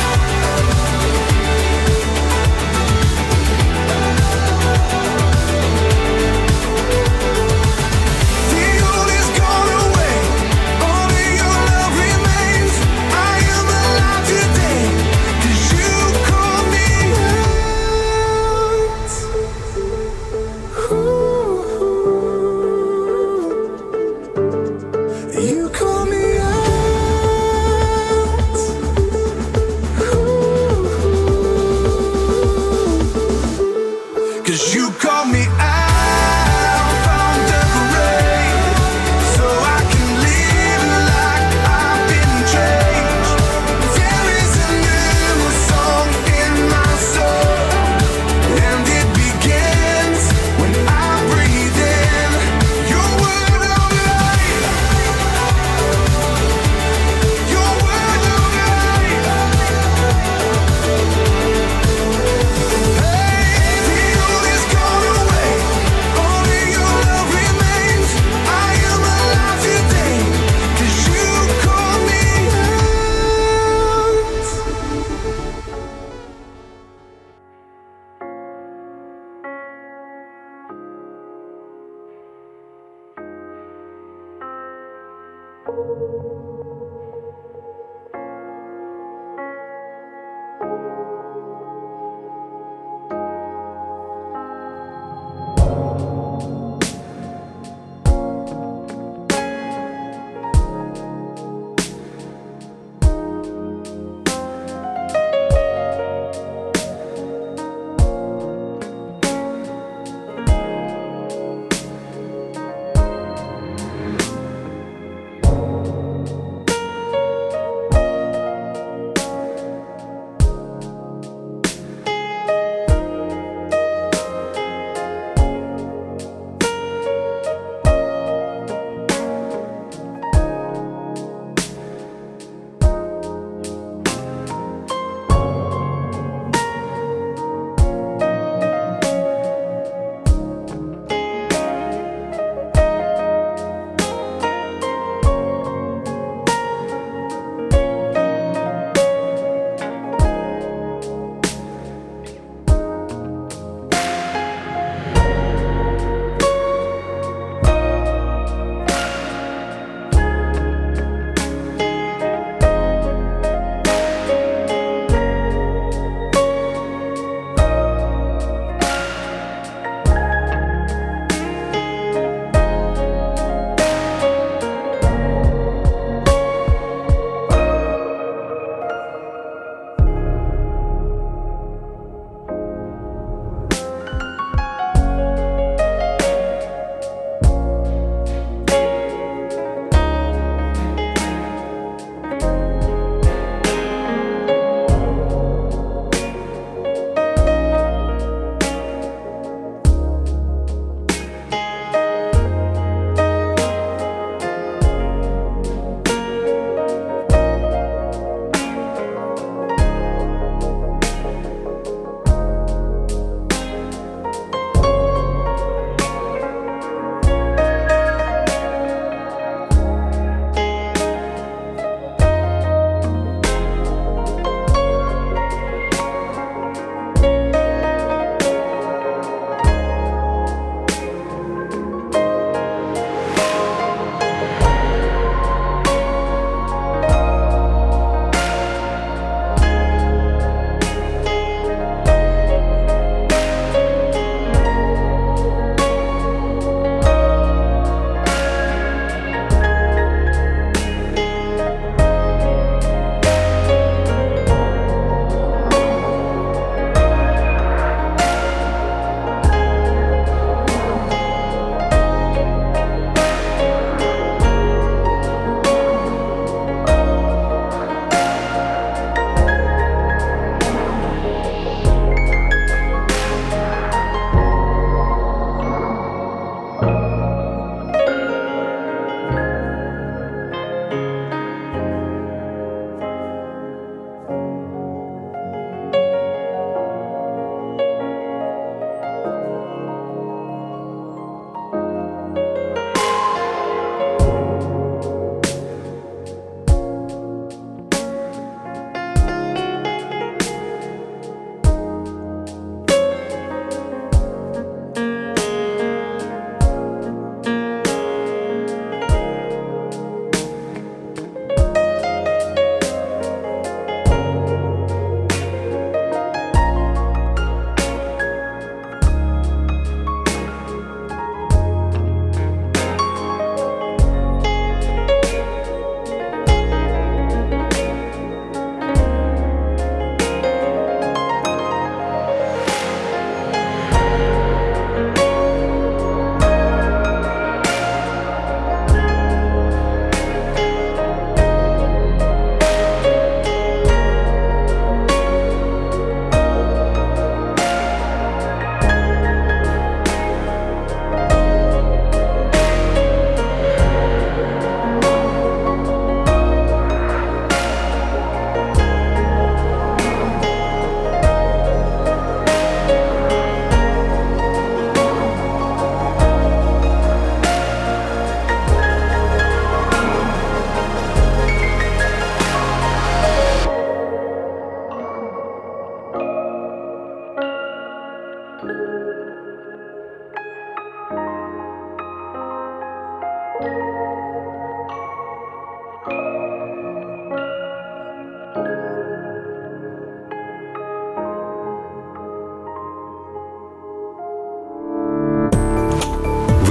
The old is gone away, only your love remains. I am alive today, 'cause you call me out. You call me out. 'Cause you call me out from the grave, so I can live like I've been changed. There is a new song in my soul, and it begins when I breathe in your word of life. Your word of life. Hey, the old is gone away, only your love remains. I am alive today, 'cause you call me out.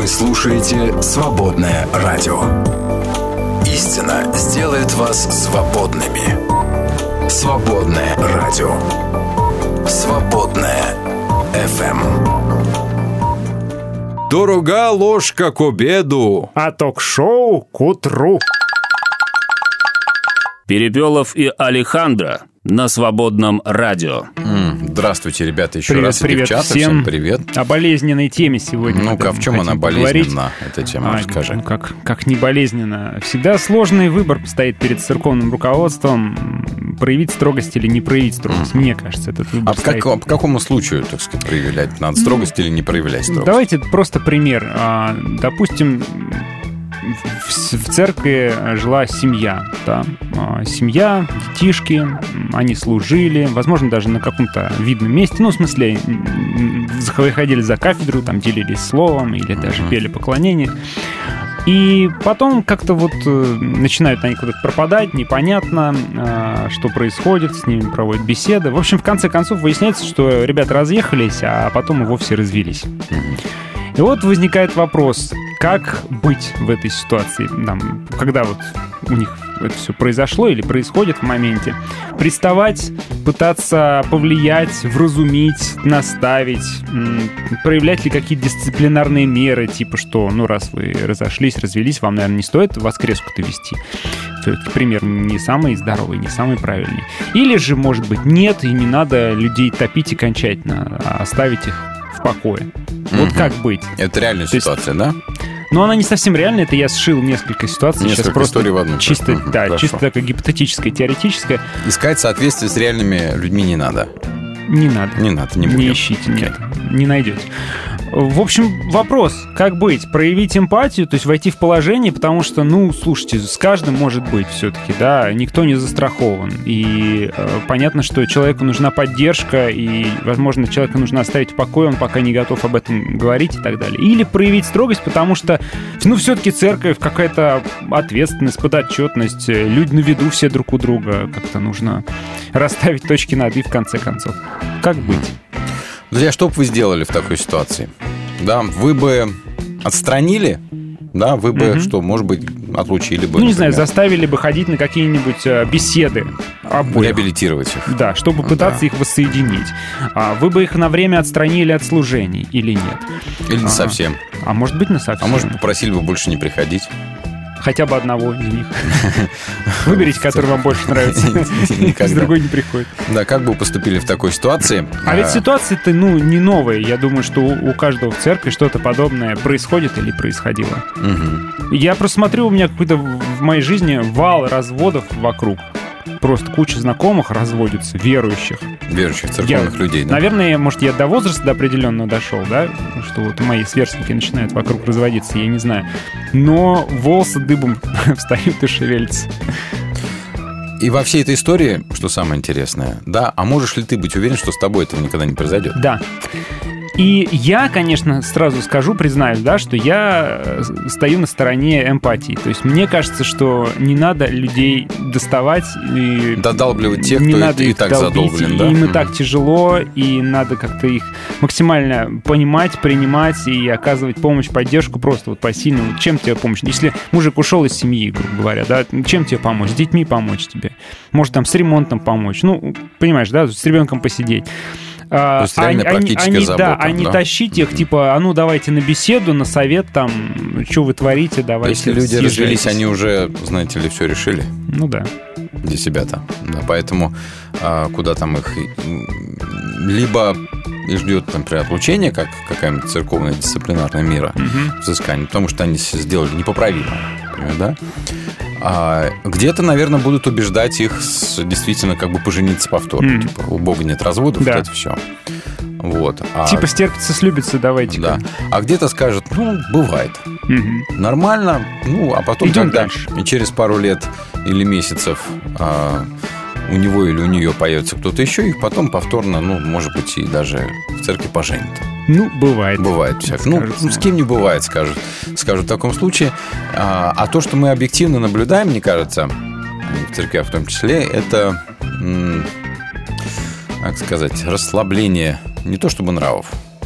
Вы слушаете «Свободное радио». Истина сделает вас свободными. «Свободное радио». «Свободное эф эм». Дорога ложка к обеду, а ток-шоу к утру. Перепелов и Алехандро на Свободном радио. Здравствуйте, ребята, еще Привет, раз. привет Девчата, всем. всем привет. О болезненной теме сегодня. Ну-ка, в чем она болезненна, эта тема, а, расскажи. Ну, как, как не болезненно. Всегда сложный выбор стоит перед церковным руководством. Проявить строгость или не проявить строгость. Mm. Мне кажется, этот выбор А стоит. по, по какому случаю, так сказать, проявлять? Надо строгость или не проявлять строгость? Давайте просто пример. А, допустим, в, в церкви жила семья, да? а, семья, детишки, они служили, возможно, даже на каком-то видном месте, ну, в смысле, выходили за кафедру, там делились словом или даже uh-huh. пели поклонение. И потом как-то вот начинают они куда-то пропадать, непонятно, что происходит, с ними проводят беседы. В общем, в конце концов выясняется, что ребята разъехались, а потом и вовсе развелись. И вот возникает вопрос, как быть в этой ситуации, там, когда вот у них это все произошло или происходит в моменте. Приставать, пытаться повлиять, вразумить, наставить, м- проявлять ли какие-то дисциплинарные меры, типа что, ну, раз вы разошлись, развелись, вам, наверное, не стоит воскреску-то вести. Все-таки пример не самый здоровый, не самый правильный. Или же, может быть, нет, и не надо людей топить окончательно, а оставить их в покое. Вот mm-hmm. как быть? Это реальная То ситуация, есть, да? Но она не совсем реальная. Это я сшил несколько ситуаций. Несколько Сейчас просто историй в одну. Чисто, Угу, да, хорошо. чисто такая гипотетическая, теоретическая. Искать соответствие с реальными людьми не надо. Не надо. Не надо, не Не будем. ищите, нет, не найдете. В общем, вопрос, как быть? Проявить эмпатию, то есть войти в положение, потому что, ну, слушайте, с каждым может быть все-таки, да, никто не застрахован. И э, понятно, что человеку нужна поддержка, и, возможно, человека нужно оставить в покое, он пока не готов об этом говорить и так далее. Или проявить строгость, потому что, ну, все-таки церковь, какая-то ответственность, подотчетность, люди на виду все друг у друга, как-то нужно расставить точки над «и» в конце концов. Как быть? Друзья, что бы вы сделали в такой ситуации? Да, вы бы отстранили, да, вы бы, Мгм. что, может быть, отлучили бы, Ну, не знаю, например, заставили бы ходить на какие-нибудь э, беседы обоих. реабилитировать их. Да, чтобы пытаться Да. их воссоединить. А вы бы их на время отстранили от служений или нет? Или не А, совсем. А может быть, на совсем. А может, попросили бы больше не приходить. Хотя бы одного из них. Выберите, который вам больше нравится. Никогда. С другой не приходит. Да, как бы вы поступили в такой ситуации? А ведь ситуация-то, ну, не новая. Я думаю, что у у каждого в церкви что-то подобное происходит или происходило. Мгм. Я просто смотрю, у меня какой-то в в моей жизни вал разводов вокруг. Просто куча знакомых разводятся, верующих. Верующих церковных Я- людей, да? Наверное, может, я до возраста до определенного дошел, да? Что вот мои сверстники начинают вокруг разводиться, я не знаю. Но волосы дыбом встают и шевелятся. И во всей этой истории, что самое интересное, да, а можешь ли ты быть уверен, что с тобой этого никогда не произойдет? Да. И я, конечно, сразу скажу, признаюсь, да, что я э, стою на стороне эмпатии. То есть мне кажется, что не надо людей доставать и Додалбливать тех, не кто надо и, и их так долбить, задолблен, да? и им и Мгм. так тяжело, и надо как-то их максимально понимать, принимать и оказывать помощь, поддержку просто вот посильно. Чем тебе помочь? Если мужик ушел из семьи, грубо говоря, да, чем тебе помочь? С детьми помочь тебе? Может, там с ремонтом помочь? Ну, понимаешь, да, с ребенком посидеть. А, То есть реально а, а, практическая а не- забота, Да, а не да? тащить их, типа, а ну давайте на беседу, на совет, там, что вы творите, давайте. Если люди съезжайтесь. развелись, они уже, знаете ли, все решили. Ну да. Для себя-то. Да, поэтому а, куда там их... м, Либо их ждет, например, отлучение, как какая-нибудь церковная дисциплинарная мера Мгм. взыскания, потому что они сделали непоправимо, например, да? А где-то, наверное, будут убеждать их с- действительно как бы пожениться повторно. Мгм. Типа, у Бога нет разводов, Да. вот это все. Вот. А, Типа стерпится, слюбится, давайте. да. А где-то скажут, ну, бывает. Мгм. Нормально, ну, а потом, Идем когда дальше. и через пару лет или месяцев а, у него или у нее появится кто-то еще, их потом повторно, ну, может быть, и даже в церкви поженят. Ну, бывает. Бывает всякое. Ну, Скажется. ну, с кем не бывает, скажут, скажут в таком случае. А, а то, что мы объективно наблюдаем, мне кажется, в церквях в том числе, это, м, как сказать, расслабление не то чтобы нравов,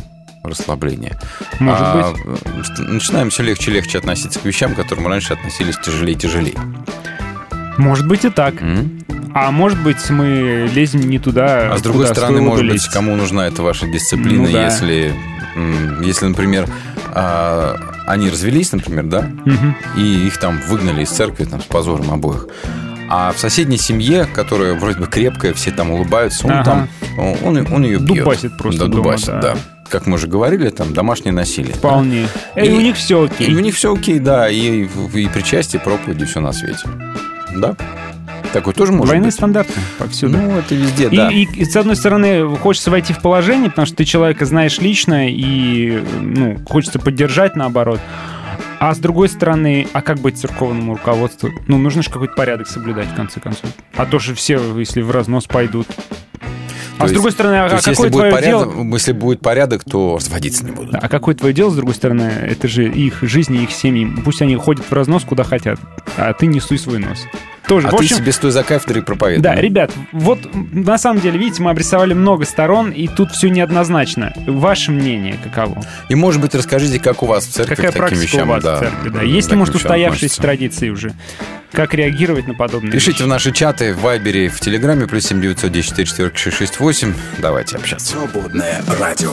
расслабление. Может а, быть. Начинаем все легче и легче относиться к вещам, к которым раньше относились тяжелее и тяжелее. Может быть и так. Mm-hmm. А может быть, мы лезем не туда. А с другой стороны, может быть, лезть. Кому нужна эта ваша дисциплина, ну, да. если, если, например, они развелись, например, да, mm-hmm. и их там выгнали из церкви там, с позором обоих. А в соседней семье, которая вроде бы крепкая, все там улыбаются, он ага. там, он, он ее бьет. Дубасит просто да, дома, дубасит, да. да. Как мы уже говорили, там домашнее насилие. Вполне. Да? И, и у них все окей. И у них все окей, да. И, и причастие, проповеди, все на свете. Да? Такой тоже может Двойные быть. стандарты повсюду. Ну, это везде, и, да. И, и, с одной стороны, хочется войти в положение, потому что ты человека знаешь лично, и ну, хочется поддержать, наоборот. А с другой стороны, а как быть церковному руководству? Ну, нужно же какой-то порядок соблюдать, в конце концов. А то же все, если в разнос пойдут. А то с другой стороны, а какое если твое будет порядок, дело? Если будет порядок, то разводиться не будут. А какое твое дело, с другой стороны? Это же их жизнь, их семьи. Пусть они ходят в разнос куда хотят, а ты не суй свой нос. Тоже. А в общем, ты себе стой за кафедрой и проповедуй. Да, ребят, вот на самом деле, видите, мы обрисовали много сторон, и тут все неоднозначно. Ваше мнение каково? И, может быть, расскажите, как у вас в церкви Какая к таким практика вещам, у вас да, в церкви, да? Есть ли, может, устоявшиеся традиции уже? Как реагировать на подобные Пишите вещи? в наши чаты в Вайбере, в Телеграме, плюс семь девятьсот десять четыре четыре шесть шесть восемь. Давайте общаться. Свободное радио.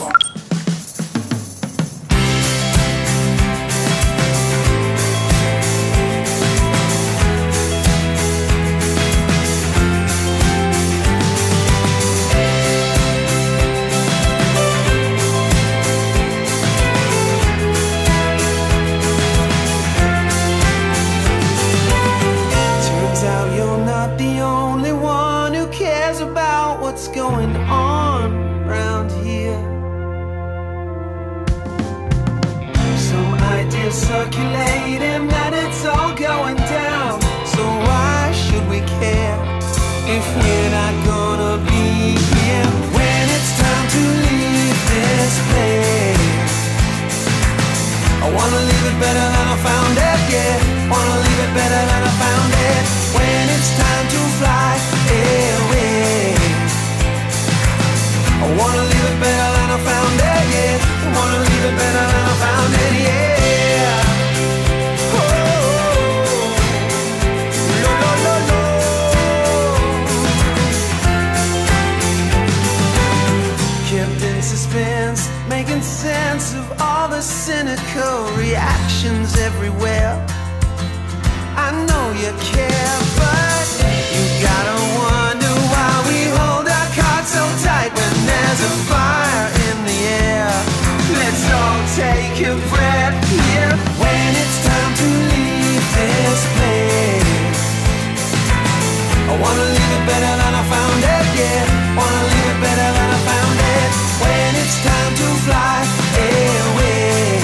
Circulating that it's all going down. So why should we care if we're not gonna be here when it's time to leave this place? I wanna leave it better than I found it, yeah. Wanna leave it better than I found it. When it's time to fly away, I wanna leave it better than I found it, yeah. I wanna leave it better than I found it, yeah. Making sense of all the cynical reactions everywhere. I know you care, but you gotta wonder why we hold our cards so tight when there's a fire in the air. Let's all take a breath here when it's time to leave this place. I wanna leave it better than I found it, yeah. Wanna leave it better than I found it. When it's time to fly away,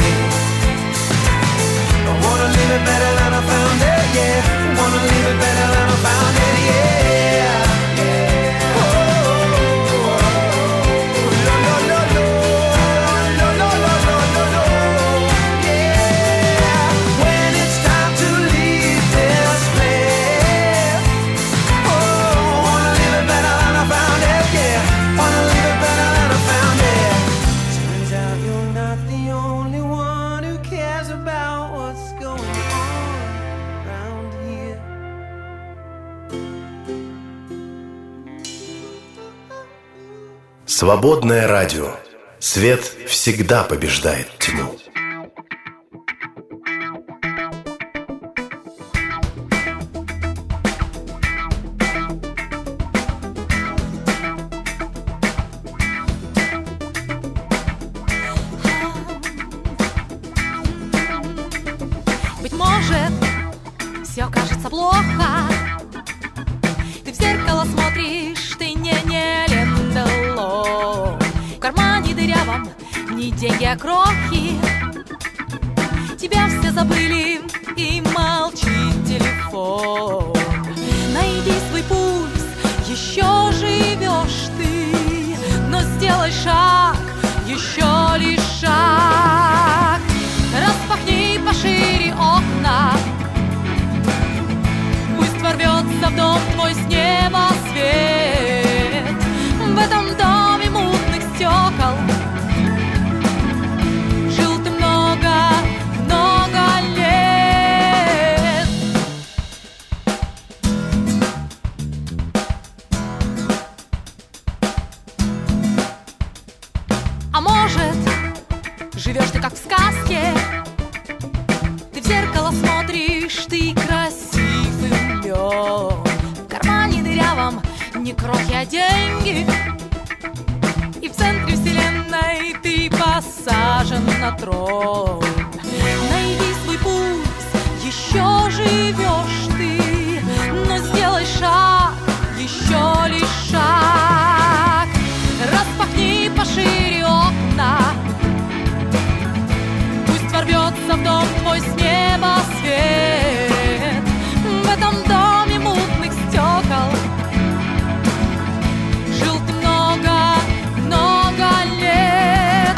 I wanna leave it better than I found it, yeah. I wanna leave it better than I found it, yeah. Yeah. Oh, oh, oh, no, no, no, no, no, no, no, no, no, no, yeah. When it's time to leave this place, oh, I wanna leave it better than I found it, yeah. Wanna leave it better than I found it. Turns out you're not the only one who cares about what's going on around here. Свободное радио. Свет всегда побеждает тьму. Быть может, все кажется плохо. Ты в зеркало смотришь, ты не не Лендало. В кармане дырявом не деньги, а крохи. Тебя все забыли, и молчит телефон. Найди свой пульс, еще живешь ты, но сделай шаг, еще лишь шаг. Распахни пошире окна, пусть ворвется в дом твой с неба свет. В этом доме мутных стекол маске. Ты в зеркало смотришь, ты красив и умен. В кармане дырявом не крохи, а деньги. И в центре вселенной ты посажен на трон. Найди свой пульс, еще живешь ты, но сделай шаг, еще лишь шаг. Распахни пошире окна, пусть ворвется в дом твой с неба свет. В этом доме мутных стекол жил ты много, много лет.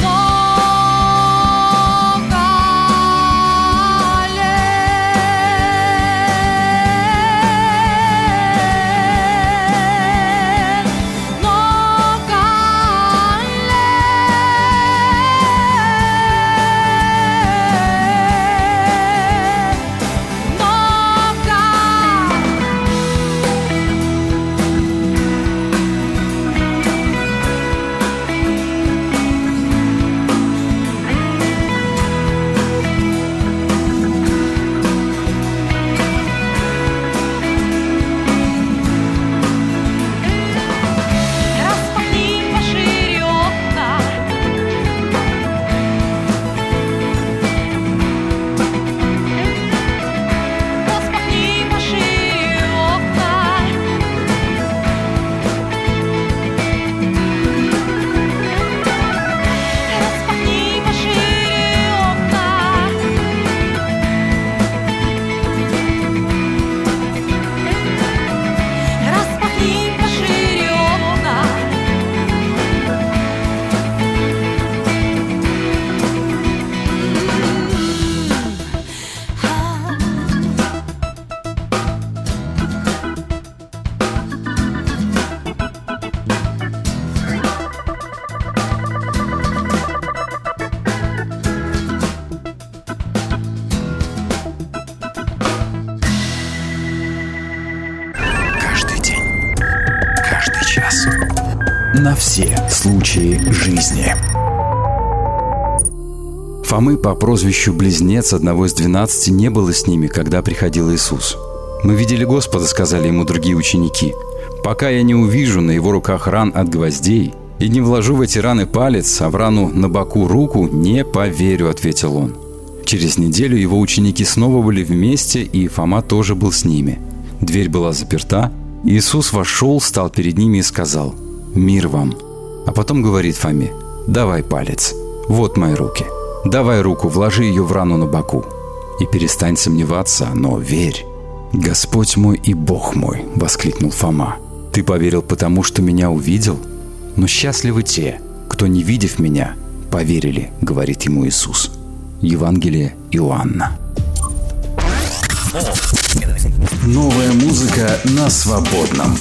Много лет. Много Распахни пошире окна, распахни пошире окна. Распахни пошире окна. Распахни пошире окна. Каждый день, каждый час. На все случаи жизни. Фомы по прозвищу Близнец, одного из двенадцати, не было с ними, когда приходил Иисус. «Мы видели Господа», — сказали ему другие ученики. «Пока я не увижу на его руках ран от гвоздей и не вложу в эти раны палец, а в рану на боку руку, не поверю», — ответил он. Через неделю его ученики снова были вместе, и Фома тоже был с ними. Дверь была заперта. Иисус вошел, стал перед ними и сказал: «Мир вам». А потом говорит Фоме: «Давай палец. Вот мои руки. Давай руку, вложи ее в рану на боку. И перестань сомневаться, но верь». «Господь мой и Бог мой!» — воскликнул Фома. «Ты поверил, потому что меня увидел? Но счастливы те, кто, не видев меня, поверили», — говорит ему Иисус. Евангелие Иоанна. Новая музыка на свободном.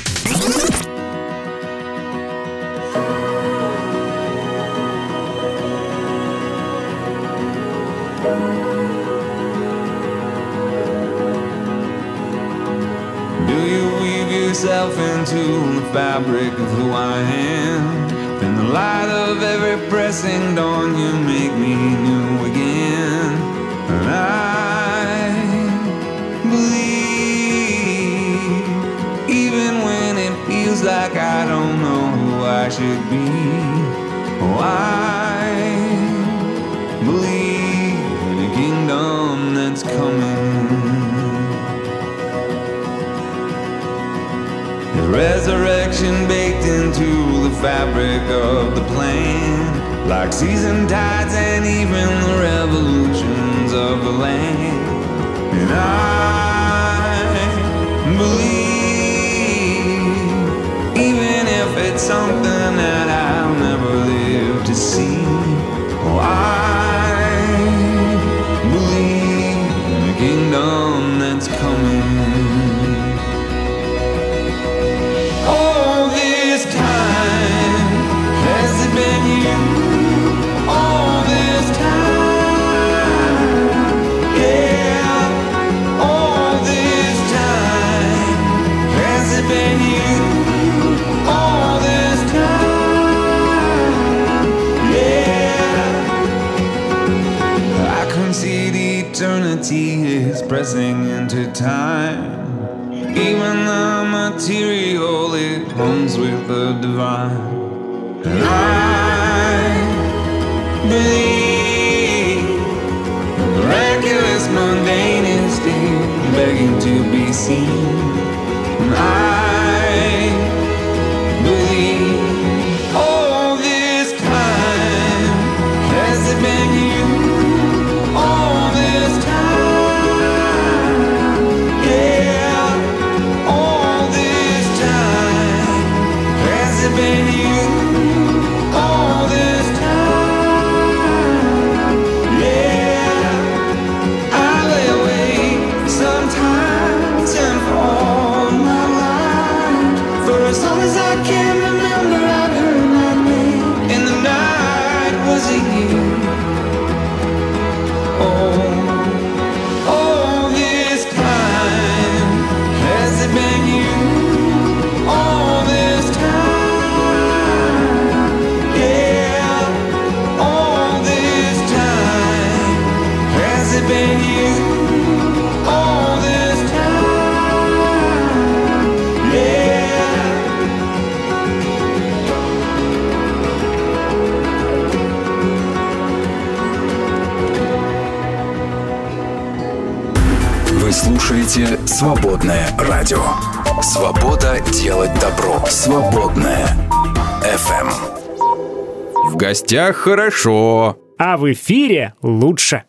Do you weave yourself into the fabric of who I am? In the light of every pressing dawn, you make me new again. And I believe, even when it feels like I don't know who I should be. Oh, I believe in a kingdom that's coming. The resurrection baked into the fabric of the plan, like seasoned tides and even the revolutions of the land. And I believe, even if it's something that I'll never live to see. Oh, I believe in a kingdom that's coming. All this time, has it been you? All this time, yeah. eternity is pressing into time. Even the material, it hums with the divine. And I believe miraculous mundane is still begging to be seen. And I believe all this time has it been you? All this time, yeah. All this time has it been you? All this time, yeah. I lay awake sometimes and fall my mind. For as long as I can remember, I've heard my name. In the night, was it you? Oh, all this time, has it been you? All this time, yeah. All this time, has it been you? All this time, yeah. Вы слушаете «Свободное радио». Свобода делать добро. Свободное эф эм. В гостях хорошо. А в эфире лучше.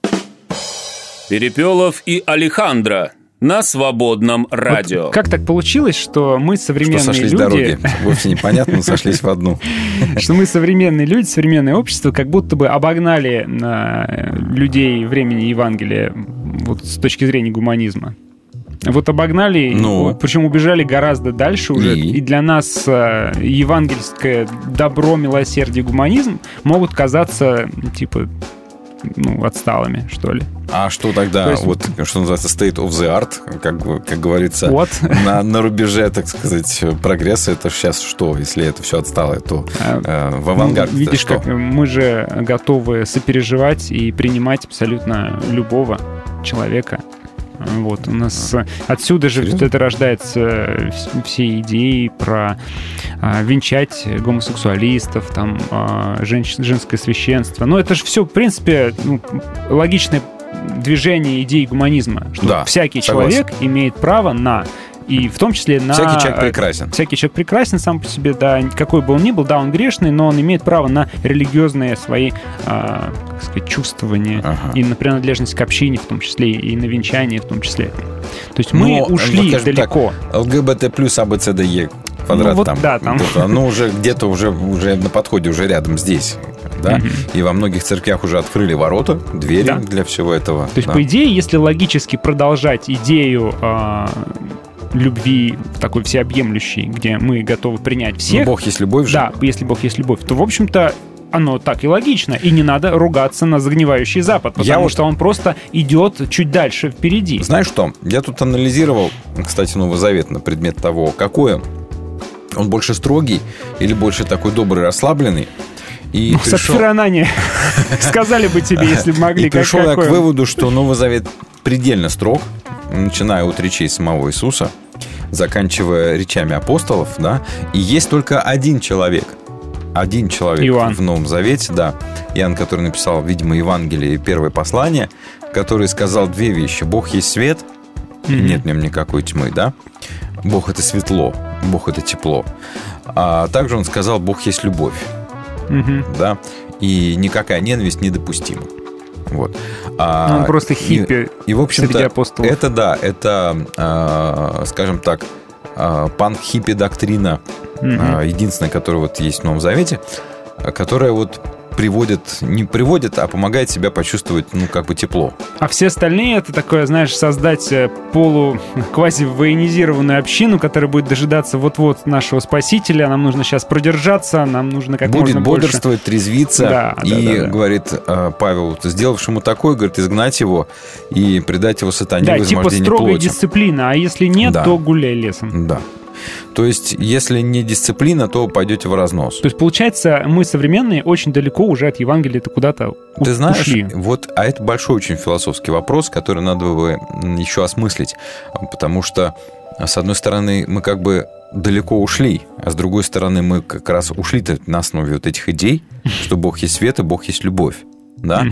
Перепелов и Алехандро на Свободном радио. Вот как так получилось, что мы современные Что сошлись люди... дороги. Вовсе непонятно, но сошлись в одну. Что мы современные люди, современное общество как будто бы обогнали э, людей времени Евангелия вот с точки зрения гуманизма. Вот обогнали, Ну. вот, причем убежали гораздо дальше уже. И? И для нас э, евангельское добро, милосердие, гуманизм могут казаться, типа, ну, отсталыми, что ли. А что тогда, То есть- вот, что называется, state of the art, как, как говорится, Вот. на, на рубеже, так сказать, прогресса, это сейчас что? Если это все отсталое, то э, в авангарде Ну, видишь, что? как мы же готовы сопереживать и принимать абсолютно любого человека. Вот, у нас отсюда же вот это рождается вс- все идеи про а, венчать гомосексуалистов, там, а, женщ- женское священство. Но это же все, в принципе, ну, логичное движение идей гуманизма, что Да, всякий согласен. человек имеет право на... И в том числе на... Всякий человек прекрасен. Всякий человек прекрасен сам по себе, да, какой бы он ни был, да, он грешный, но он имеет право на религиозные свои, а, как сказать, чувствования и на принадлежность к общине в том числе, и на венчание в том числе. То есть мы Но, ушли ну, скажем далеко. Так, ЛГБТ плюс АБЦДЕ квадрат Ну, вот там. да, там. Вот, оно уже где-то уже, уже на подходе, уже рядом здесь. Да? И во многих церквях уже открыли ворота, двери Да. для всего этого. То есть, да. по идее, если логически продолжать идею а, любви такой всеобъемлющей, где мы готовы принять всех... Ну, Бог есть любовь же. Да, если Бог есть любовь, то, в общем-то, оно так и логично. И не надо ругаться на загнивающий Запад, потому Я вот- что он просто идет чуть дальше впереди. Знаешь что? Я тут анализировал, кстати, Новый Завет на предмет того, какой он. Он больше строгий или больше такой добрый, расслабленный. И Ну, пришел- Сапфиранане сказали бы тебе, если бы могли. И пришел как- я к какой он. выводу, что Новый Завет предельно строг, начиная от речей самого Иисуса, заканчивая речами апостолов, да, и есть только один человек, один человек Иоанн. в Новом Завете, да, Иоанн, который написал, видимо, Евангелие и первое послание, который сказал две вещи. Бог есть свет, и Мгм. нет в нем никакой тьмы, да. Бог — это светло, Бог — это тепло. А также он сказал, Бог есть любовь. Мгм. Да, и никакая ненависть недопустима. Вот. А, Ну, он просто хиппи и, и, в общем-то, среди апостолов. это да, это, а, скажем так, а, панк-хиппи-доктрина, Мгм. а, единственная, которая вот есть в Новом Завете, а, которая вот приводит, не приводит, а помогает себя почувствовать, ну, как бы тепло. А все остальные — это такое, знаешь, создать э, полу-квази-военизированную общину, которая будет дожидаться вот-вот нашего спасителя. Нам нужно сейчас продержаться, нам нужно как Будет можно больше... бодрствовать, трезвиться. Да, и, да, да, да. говорит э, Павел, сделавшему такое, говорит, изгнать его и предать его сатане Да, в типа измождении строгая плоти. дисциплина, а если нет, Да. то гуляй лесом. Да. То есть, если не дисциплина, то пойдете в разнос. То есть, получается, мы современные очень далеко уже от Евангелия-то куда-то у- Ты знаешь, ушли. вот, а это большой очень философский вопрос, который надо бы еще осмыслить. Потому что, с одной стороны, мы как бы далеко ушли, а с другой стороны, мы как раз ушли-то на основе вот этих идей, что Бог есть свет, и Бог есть любовь. Да?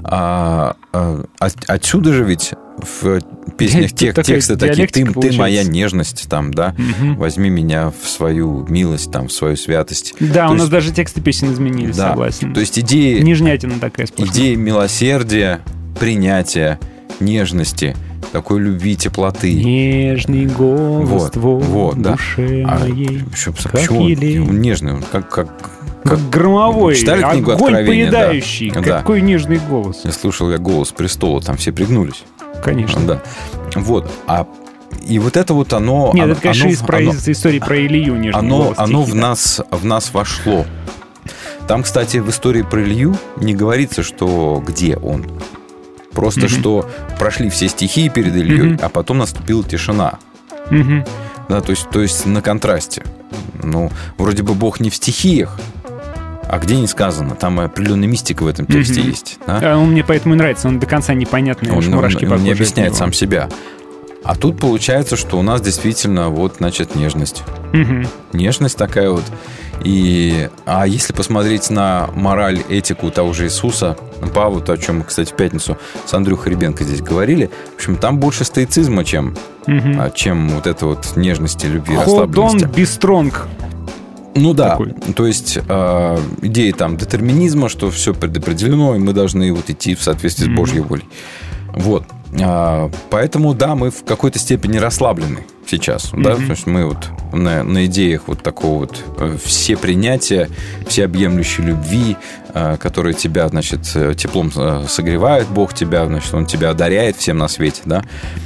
А, а, от- отсюда же ведь в песнях Тут тех, такая тексты такие: ты, диалектика ты моя получается. нежность, там, да, Мгм. возьми меня в свою милость, там, в свою святость. Да, То у нас есть- даже тексты песен изменились, да. согласен. То есть идеи, Нежнятина такая сплошная. идеи милосердия, принятия, нежности, такой любви, теплоты. Нежный голос Вот, твой вот, в да. душе А моей, еще, как почему он- елей. он нежный, он как, как, как громовой, Читали книгу огонь Откровения? Да. поедающий. Да. Какой нежный голос. Я слушал я «Голос престола», там все пригнулись. Конечно. Да. Вот. А и вот это вот оно... Нет, оно, это, конечно, оно- из, про, оно- из истории про Илью нежный оно, голос. оно тихий, в, да. нас, в нас вошло. Там, кстати, в истории про Илью не говорится, что где он. Просто Мгм. что прошли все стихии перед Ильей, Мгм. а потом наступила тишина. Мгм. Да, то есть, то есть на контрасте. Ну, вроде бы Бог не в стихиях, а где не сказано. Там определенная мистика в этом тексте Мгм. есть. Да? А он мне поэтому и нравится, он до конца непонятный, Он, аж он- мурашки он по не коже от объясняет него. сам себя. А тут получается, что у нас действительно вот, значит, нежность. Мгм. Нежность такая вот. И, а если посмотреть на мораль, этику того же Иисуса, Павла, то, о чем мы, кстати, в пятницу с Андрюхой Ребенко здесь говорили, в общем, там больше стоицизма, чем, Мгм. а, чем вот это вот нежности, любви, Hold on, расслабленности. be strong. Ну да, такой. то есть э, идея там детерминизма, что все предопределено, и мы должны вот идти в соответствии с Мгм. Божьей волей. Вот. А, поэтому, да, мы в какой-то степени расслаблены сейчас. Да? Мгм. То есть мы вот на, на идеях вот такого вот э, все принятия, всеобъемлющей любви, э, которая тебя, значит, э, теплом э, согревает, Бог тебя, значит, Он тебя одаряет всем на свете, да.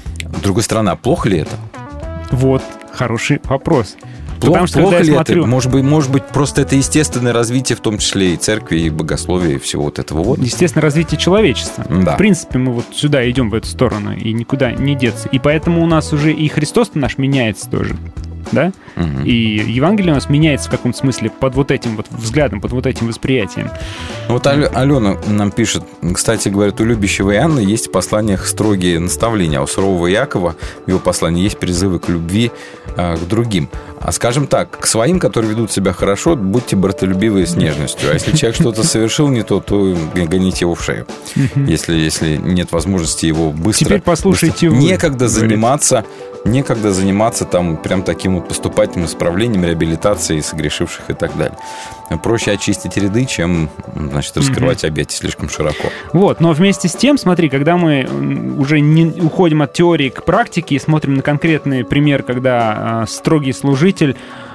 С другой стороны, а плохо ли это? Вот, хороший вопрос. Плохо, Потому что, когда плохо я ли смотрю- это? Может быть, может быть, просто это естественное развитие, в том числе и церкви, и богословия, и всего вот этого вот. Естественно, развитие человечества. Да. В принципе, мы вот сюда идем, в эту сторону, и никуда не деться. И поэтому у нас уже и Христос наш меняется тоже. Да? Мгм. И Евангелие у нас меняется в каком-то смысле под вот этим вот взглядом, под вот этим восприятием. Вот Алё- Алена нам пишет, кстати, говорит, у любящего Иоанна есть в посланиях строгие наставления, а у сурового Якова в его послании есть призывы к любви э, к другим. А скажем так, к своим, которые ведут себя хорошо, будьте братолюбивы с нежностью. А если человек что-то совершил не то, то гоните его в шею. Если, если нет возможности его быстро... Теперь послушайте быстро- вы, Некогда говорит. заниматься, некогда заниматься там прям таким вот поступательным исправлением, реабилитацией согрешивших и так далее. Проще очистить ряды, чем, значит, раскрывать объятия слишком широко. Вот, но вместе с тем, смотри, когда мы м, уже не уходим от теории к практике и смотрим на конкретный пример, когда э, строгий служитель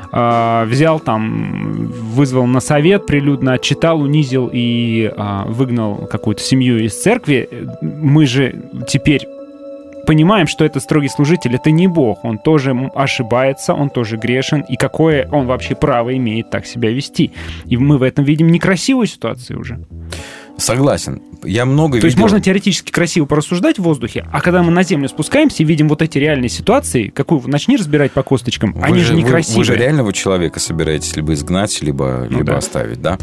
э, взял там, вызвал на совет, прилюдно отчитал, унизил и э, выгнал какую-то семью из церкви, мы же теперь понимаем, что это строгий служитель, это не Бог, он тоже ошибается, он тоже грешен, и какое он вообще право имеет так себя вести. И мы в этом видим некрасивую ситуацию уже. Согласен. Я много То есть видел... можно теоретически красиво порассуждать в воздухе, а когда мы на землю спускаемся и видим вот эти реальные ситуации, какую начни разбирать по косточкам, Вы они же вы- некрасивые. Вы, же реального человека собираетесь либо изгнать, либо, Ну либо да. оставить, да?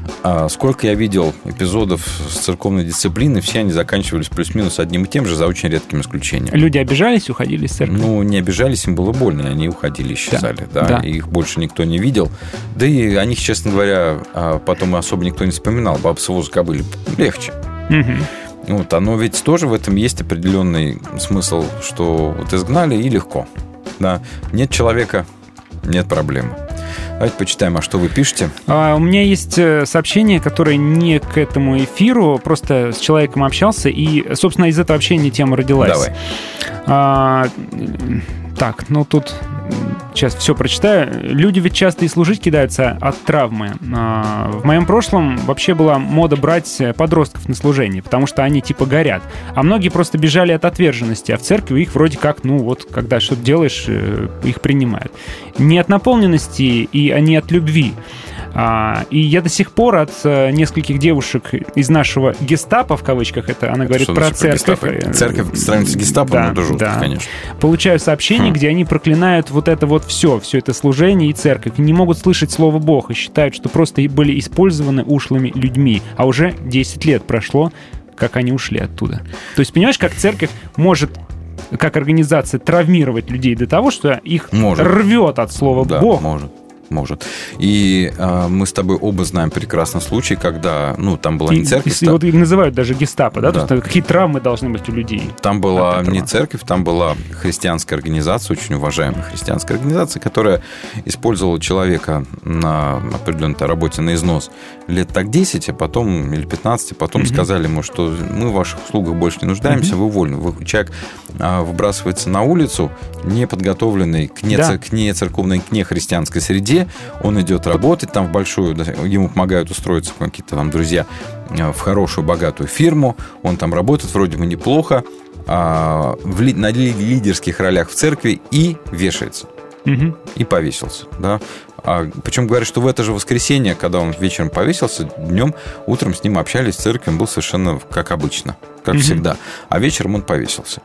А сколько я видел эпизодов с церковной дисциплины, все они заканчивались плюс-минус одним и тем же, за очень редким исключением. Люди обижались, уходили из церкви. Ну, не обижались, им было больно, и они уходили, исчезали, да, да. и их больше никто не видел. Да и о них, честно говоря, а, потом особо никто не вспоминал. Бабы с воза кобыли легче. Мгм. Вот, оно ведь тоже в этом есть определенный смысл, что вот изгнали и легко. Да. Нет человека, нет проблемы. Давайте почитаем, а что вы пишете. А, у меня есть э, сообщение, которое не к этому эфиру, просто с человеком общался, и, собственно, из этого общения тема родилась. Давай. А, так, ну тут сейчас все прочитаю. Люди ведь часто и служить кидаются от травмы. А, в моем прошлом вообще была мода брать подростков на служение, потому что они типа горят. А многие просто бежали от отверженности, а в церкви их вроде как, ну вот, когда что-то делаешь, э, их принимают. Не от наполненности, и а не от любви. А, и я до сих пор от а, нескольких девушек из нашего гестапо, в кавычках, это она говорит Что про значит церковь. гестапо? Церковь сравнится с гестапо, Да, ну, это жутко, да. конечно. Получаю сообщения, Хм. где они проклинают вот это вот все, все это служение и церковь, и не могут слышать слово Бог, и считают, что просто и были использованы ушлыми людьми. А уже десять лет прошло, как они ушли оттуда. То есть, понимаешь, как церковь может, как организация, травмировать людей до того, что их Может. рвет от слова Да, Бог. может. Может. И э, мы с тобой оба знаем прекрасный случай, когда, ну, там была не И, церковь. и вот их называют даже гестапо, да? Да. То есть, какие травмы должны быть у людей? Там была от этого? не церковь, там была христианская организация, очень уважаемая христианская организация, которая использовала человека на определенной работе на износ лет так десять, а потом, или пятнадцать, а потом Мгм. сказали ему, что мы в ваших услугах больше не нуждаемся, Мгм. вы уволены. Вы- Человек а, выбрасывается на улицу, неподготовленный к, Да. нецер- к нецерковной, к нехристианской среде, он идет работать там в большую, да, ему помогают устроиться какие-то там друзья э, в хорошую, богатую фирму, он там работает вроде бы неплохо, а, в ли- на ли- лидерских ролях в церкви и вешается. Мгм. И повесился, да. А, причем говорят, что в это же воскресенье, когда он вечером повесился, днем, утром с ним общались в церкви, он был совершенно как обычно, как Мгм. всегда. А вечером он повесился.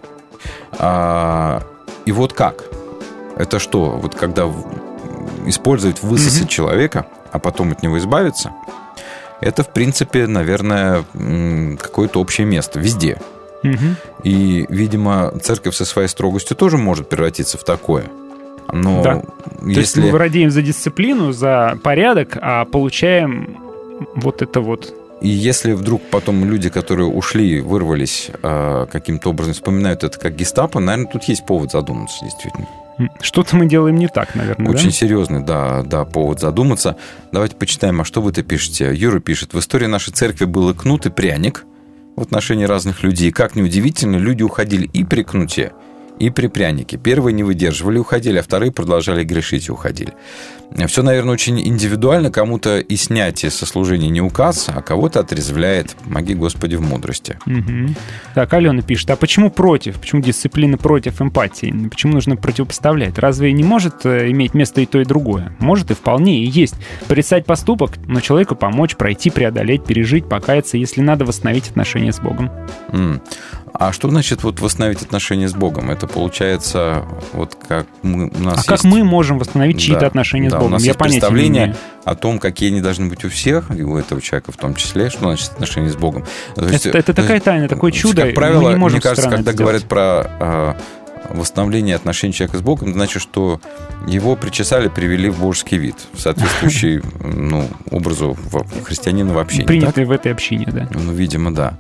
А, и вот как? Это что? Вот когда в- использовать, высосать Мгм. человека, а потом от него избавиться, это, в принципе, наверное, м, какое-то общее место везде. Мгм. И, видимо, церковь со своей строгостью тоже может превратиться в такое. Но Да. То есть если... мы радеем за дисциплину, за порядок, а получаем вот это вот. И если вдруг потом люди, которые ушли, вырвались э, каким-то образом, вспоминают это как гестапо, наверное, тут есть повод задуматься, действительно. М, Что-то мы делаем не так, наверное, Очень да? серьезный, да, да, повод задуматься. Давайте почитаем, а что вы-то пишете. Юра пишет: в истории нашей церкви был и кнут, и пряник в отношении разных людей. Как неудивительно, люди уходили и при кнуте, и при прянике. Первые не выдерживали, уходили, а вторые продолжали грешить и уходили. Все, наверное, очень индивидуально. Кому-то и снятие со служения не указ, а кого-то отрезвляет. Помоги, Господи, в мудрости. Мгм. Так, Алена пишет, а почему против? Почему дисциплина против эмпатии? Почему нужно противопоставлять? Разве не может э, иметь место и то, и другое? Может, и вполне и есть. Порицать поступок, но человеку помочь, пройти, преодолеть, пережить, покаяться, если надо восстановить отношения с Богом. М. А что значит вот восстановить отношения с Богом? Это получается, вот как мы, у нас А есть... как мы можем восстановить чьи-то Да, отношения да, с Богом? у нас Я есть понятия не представление имею. о том, какие они должны быть у всех, и у этого человека в том числе, что значит отношения с Богом. То есть, Это, это то такая есть, тайна, такое то есть, чудо. Как правило, мы не можем мне кажется, стороны когда это говорят сделать. про э, восстановление отношений человека с Богом, это значит, что его причесали, привели в божеский вид, соответствующий ну, образу христианина вообще. не Принятый в этой общине, да. так? Ну, видимо, да.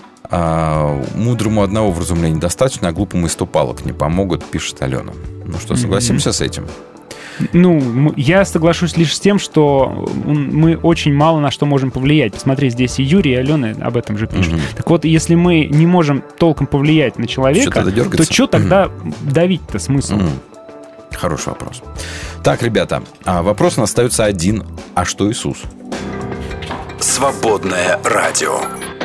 А мудрому одного вразумления недостаточно, а глупому и сто палок не помогут, пишет Алена. Ну что, согласимся с этим? Ну, м- я соглашусь лишь с тем, что м, мы очень мало на что можем повлиять. Посмотри, здесь и Юрий, и Алена об этом же пишут. Мгм. Так вот, если мы не можем толком повлиять на человека, тогда то дергаться? что тогда давить-то смысл? М. Хороший вопрос. Так, ребята, а вопрос у нас остается один. А что Иисус? Свободное радио.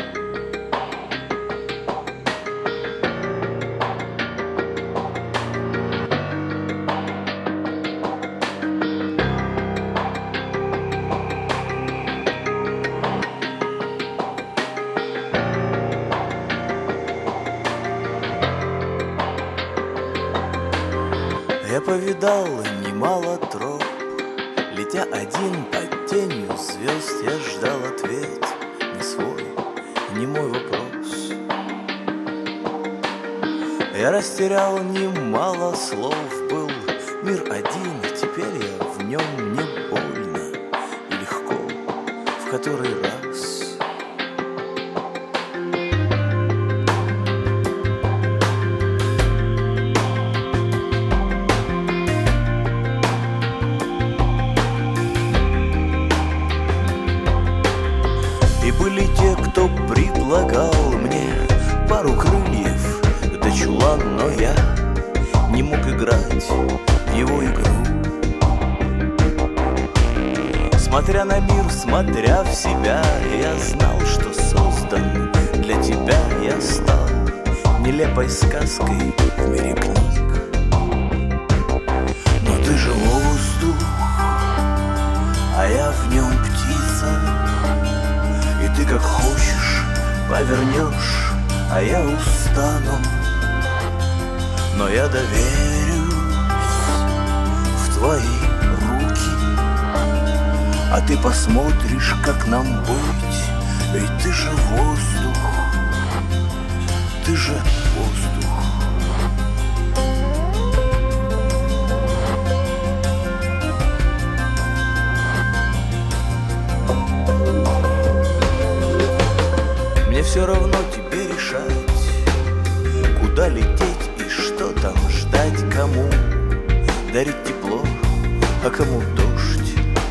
Я повидал немало троп, летя один под тенью звезд, я ждал ответ на свой, не мой вопрос. Я растерял немало слов, был мир один, теперь я в нем не больно и легко, в который раз. И были те, кто предлагал мне пару крыльев да чулан, но я не мог играть в его игру. Смотря на мир, смотря в себя, я знал, что создан для тебя. Я стал нелепой сказкой в мире книг. Но ты же воздух, а я в нем И ты как хочешь повернешь, а я устану. Но я доверюсь в твои руки, а ты посмотришь, как нам быть. Ведь ты же воздух, ты же воздух. Мне все равно тебе решать, куда лететь и что там ждать, кому дарить тепло, а кому дождь.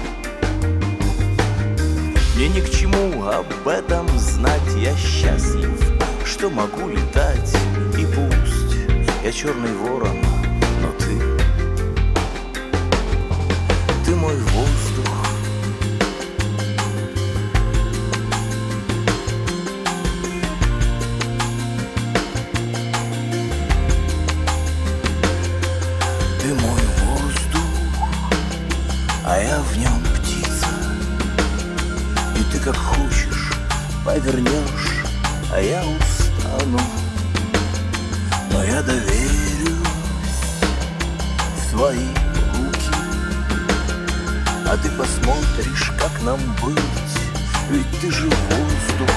Мне ни к чему об этом знать, я счастлив, что могу летать. И пусть я черный ворон, но ты, ты мой воздух. Ты мой воздух, а я в нем птица. И ты как хочешь повернешь, а я устану. Но я доверюсь в твои руки, а ты посмотришь, как нам быть. Ведь ты же воздух.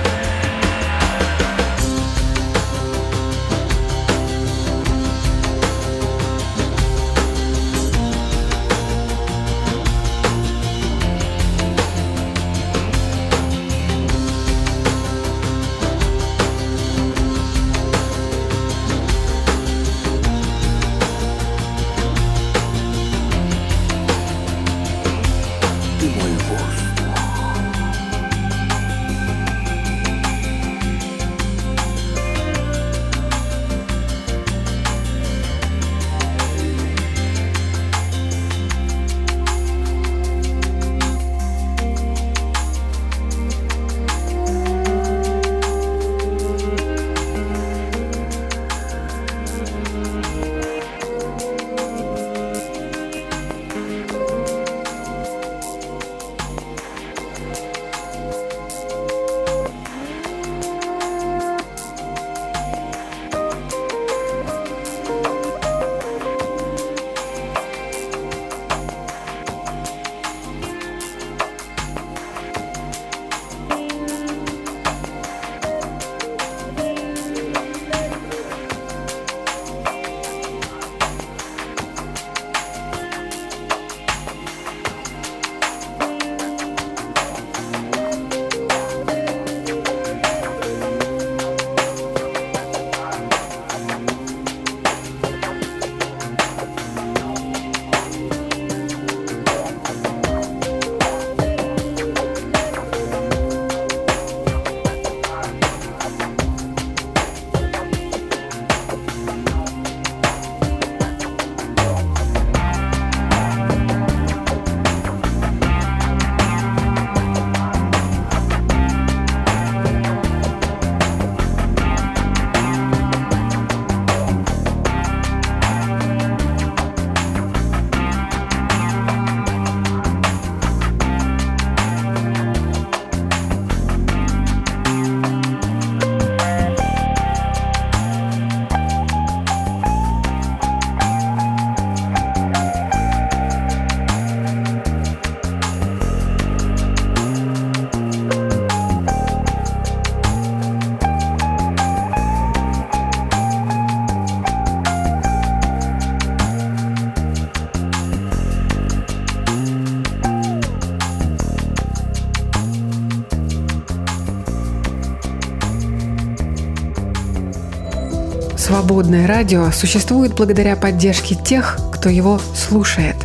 Свободное радио существует благодаря поддержке тех, кто его слушает.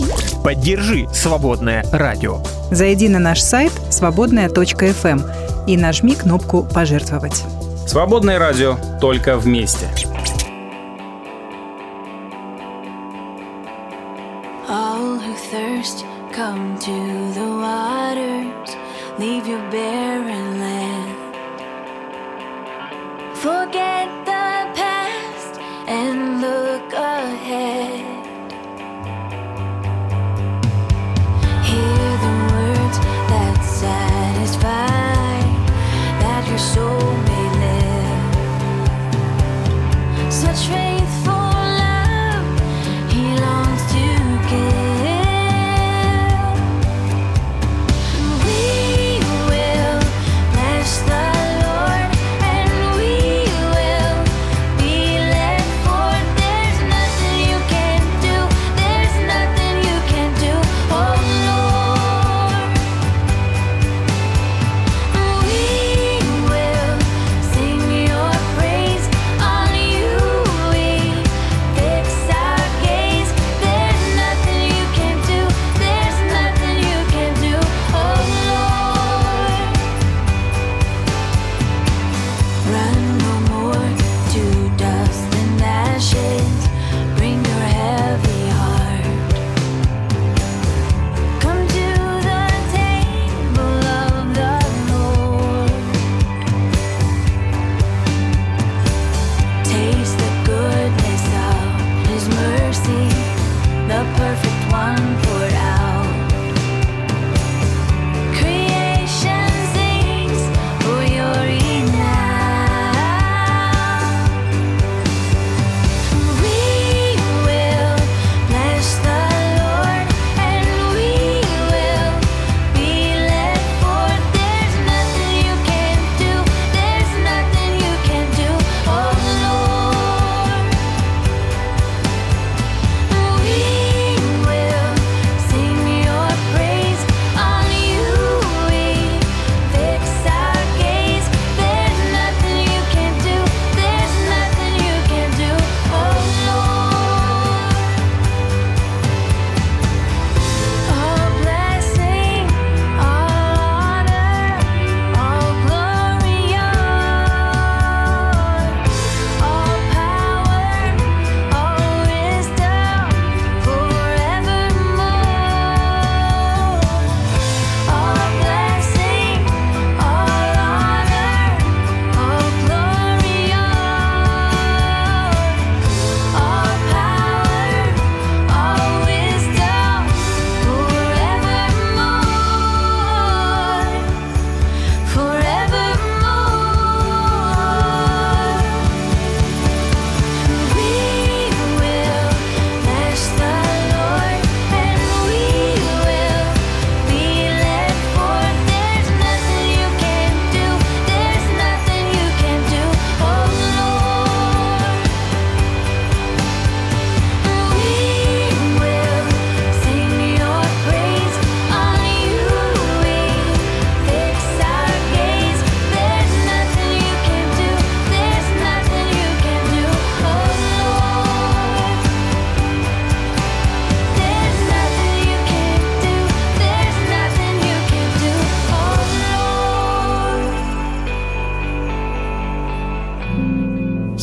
Поддержи «Свободное радио». Зайди на наш сайт свободная точка эф эм и нажми кнопку «Пожертвовать». «Свободное радио» только вместе. All who thirst, come to the waters, leave your barren land. Forget the past and look ahead. Hear the words that satisfy.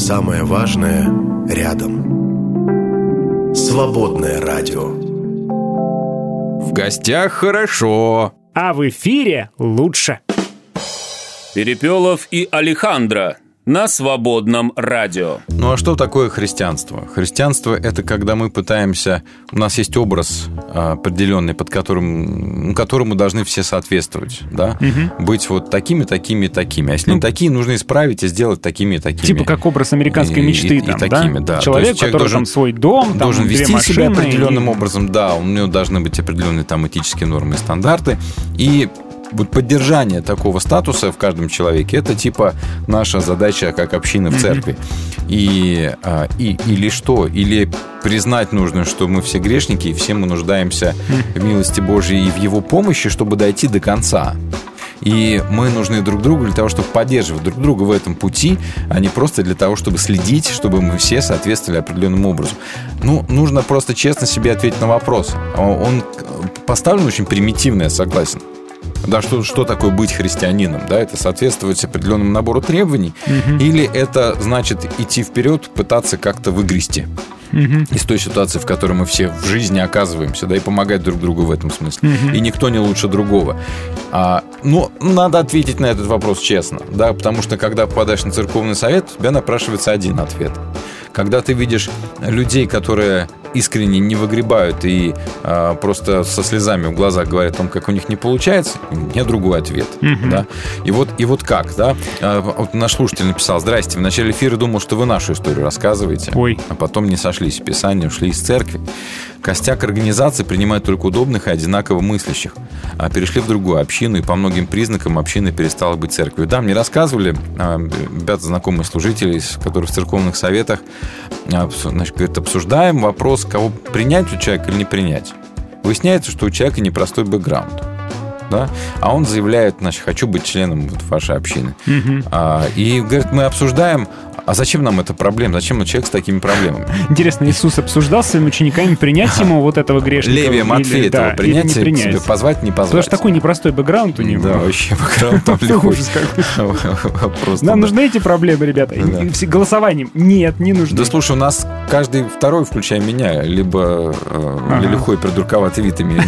самое важное рядом. Свободное радио. В гостях хорошо. А в эфире лучше. Перепелов и Алехандро на Свободном радио. Ну а что такое христианство? Христианство — это когда мы пытаемся... У нас есть образ а, определенный, под которым, которому должны все соответствовать, да? Угу. Быть вот такими, такими, такими. А если ну, не такие, нужно исправить и сделать такими, такими. Типа как образ американской мечты. И, там, и такими, да. Человек, человек который должен, там свой дом, там должен две вести машины себя определенным и... образом, да. У него должны быть определенные там этические нормы и стандарты. И вот поддержание такого статуса в каждом человеке — это типа наша задача как общины в церкви. И, и, или что? Или признать нужно, что мы все грешники, и все мы нуждаемся в милости Божьей и в Его помощи, чтобы дойти до конца. И мы нужны друг другу для того, чтобы поддерживать друг друга в этом пути, а не просто для того, чтобы следить, чтобы мы все соответствовали определенному образу. Ну, нужно просто честно себе ответить на вопрос. Он поставлен очень примитивно, я согласен. Да, что, что такое быть христианином? Да, это соответствовать определенному набору требований, угу. Или это значит идти вперед, пытаться как-то выгрести угу. из той ситуации, в которой мы все в жизни оказываемся, да, и помогать друг другу в этом смысле. Угу. И никто не лучше другого. А, ну, надо ответить на этот вопрос честно, да, потому что когда попадаешь на церковный совет, у тебя напрашивается один ответ. Когда ты видишь людей, которые искренне не выгребают и а, просто со слезами в глазах говорят о том, как у них не получается, у меня другой ответ. Mm-hmm. Да? И, вот, и вот как, да? А, вот наш слушатель написал: здрасте, в начале эфира думал, что вы нашу историю рассказываете, Ой. а потом не сошлись в Писании, ушли из церкви. Костяк организации принимает только удобных и одинаково мыслящих. А перешли в другую общину, и по многим признакам община перестала быть церковью. Да, мне рассказывали а, ребята, знакомые служители, которые в церковных советах, а, значит, говорят, обсуждаем вопрос, кого принять у человека или не принять. Выясняется, что у человека непростой бэкграунд. Да? А он заявляет, значит, хочу быть членом вот вашей общины. Mm-hmm. А, и, говорит, мы обсуждаем, а зачем нам эта проблема? Зачем нам человек с такими проблемами? Интересно, Иисус обсуждал с своими учениками, принять ему вот этого грешника? Левия Матфея этого да, принять, не принять. Себе позвать, не позвать. Потому что такой непростой бэкграунд у него. Да, вообще бэкграунд там легко. Нам нужны эти проблемы, ребята? Голосованием? Нет, не нужны. Да слушай, у нас каждый второй, включая меня, либо лихой придурковатый вид имеет,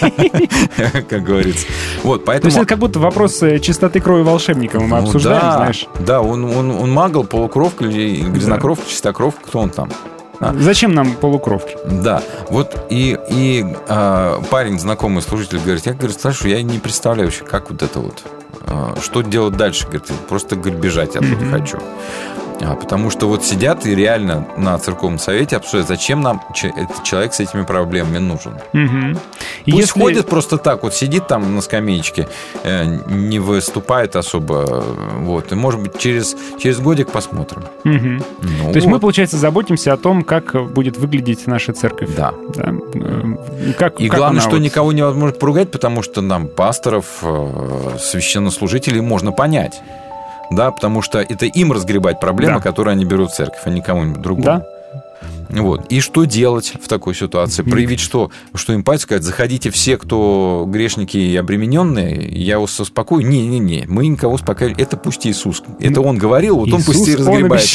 как говорится. Вот, поэтому... То есть это как будто вопрос чистоты крови волшебника мы ну, обсуждаем, да, знаешь? Да, он, он, он магл, полукровка, грязнокровка, чистокровка, кто он там? А? Зачем нам полукровки? Да, вот и, и а, парень, знакомый служитель, говорит, я, говорит, слышу, я не представляю вообще, как вот это вот, а, что делать дальше, говорит, просто, говорит, бежать оттуда mm-hmm. хочу. А, потому что вот сидят и реально на церковном совете обсуждают, зачем нам ч- этот человек с этими проблемами нужен. Угу. Пусть Если... ходит просто так, вот сидит там на скамеечке, э, не выступает особо, вот, и, может быть, через, через годик посмотрим. Угу. Ну, То есть вот. мы, получается, заботимся о том, как будет выглядеть наша церковь. Да. да? Как, и как главное, что вот... никого невозможно поругать, потому что нам пасторов, э, священнослужителей можно понять. Да, потому что это им разгребать проблемы, да. которые они берут в церковь, а не кому-нибудь другому. Да. Вот. И что делать в такой ситуации? Проявить что? Что эмпатию сказать, заходите все, кто грешники и обремененные, я вас успокою. Не-не-не, мы никого успокаивать. Это пусть Иисус. Это Он говорил, вот Иисус, Он пусть и разгребает.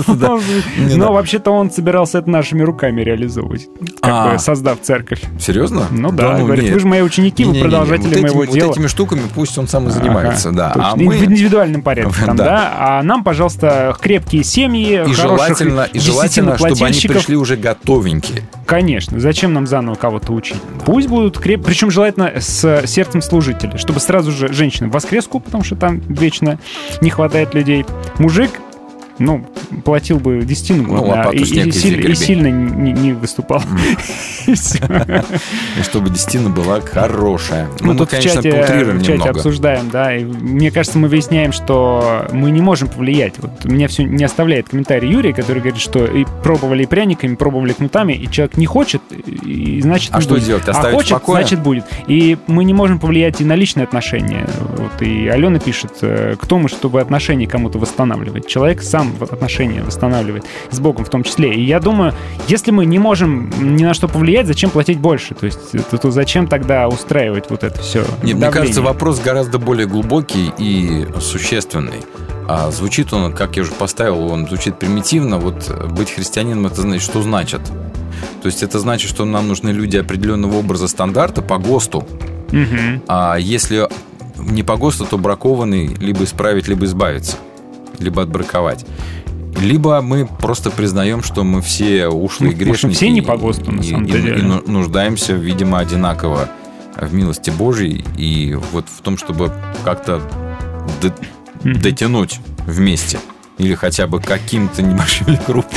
Но вообще-то Он собирался это нашими руками реализовывать, как бы создав церковь. Серьезно? Ну да, говорит, вы же мои ученики, вы продолжатели моего дела. Вот этими штуками пусть Он сам и занимается. В индивидуальном порядке. А нам, пожалуйста, крепкие семьи, хороших действительно плательщиков. Пришли уже готовенькие. Конечно. Зачем нам заново кого-то учить? Пусть будут крепкие. Причем желательно с сердцем служителя. Чтобы сразу же женщина в воскреску, потому что там вечно не хватает людей. Мужик, ну, платил бы десятину, ну, а, и, и, силь, и сильно не, не выступал. И чтобы десятина была хорошая. Мы тут в чате обсуждаем, да, и мне кажется, мы выясняем, что мы не можем повлиять. Вот меня все не оставляет комментарий Юрия, который говорит, что и пробовали и пряниками, пробовали кнутами, и человек не хочет, и значит а не что будет. делать? А хочет, значит будет. И мы не можем повлиять и на личные отношения. Вот, и Алена пишет, кто мы, чтобы отношения кому-то восстанавливать. Человек сам в отношениях отношения восстанавливает, с Богом в том числе. И я думаю, если мы не можем ни на что повлиять, зачем платить больше? То есть то, то зачем тогда устраивать вот это все? Не, мне кажется, вопрос гораздо более глубокий и существенный. А звучит он, как я уже поставил, он звучит примитивно. Вот быть христианином, это значит, что значит? То есть это значит, что нам нужны люди определенного образа стандарта по ГОСТу. Угу. А если не по ГОСТу, то бракованный либо исправить, либо избавиться, либо отбраковать. Либо мы просто признаем, что мы все ушлые ну, грешники. Мы все не по ГОСТу, на самом и, деле. И, и нуждаемся, видимо, одинаково в милости Божьей и вот в том, чтобы как-то д- mm-hmm. дотянуть вместе. Или хотя бы каким-то небольшим или крупным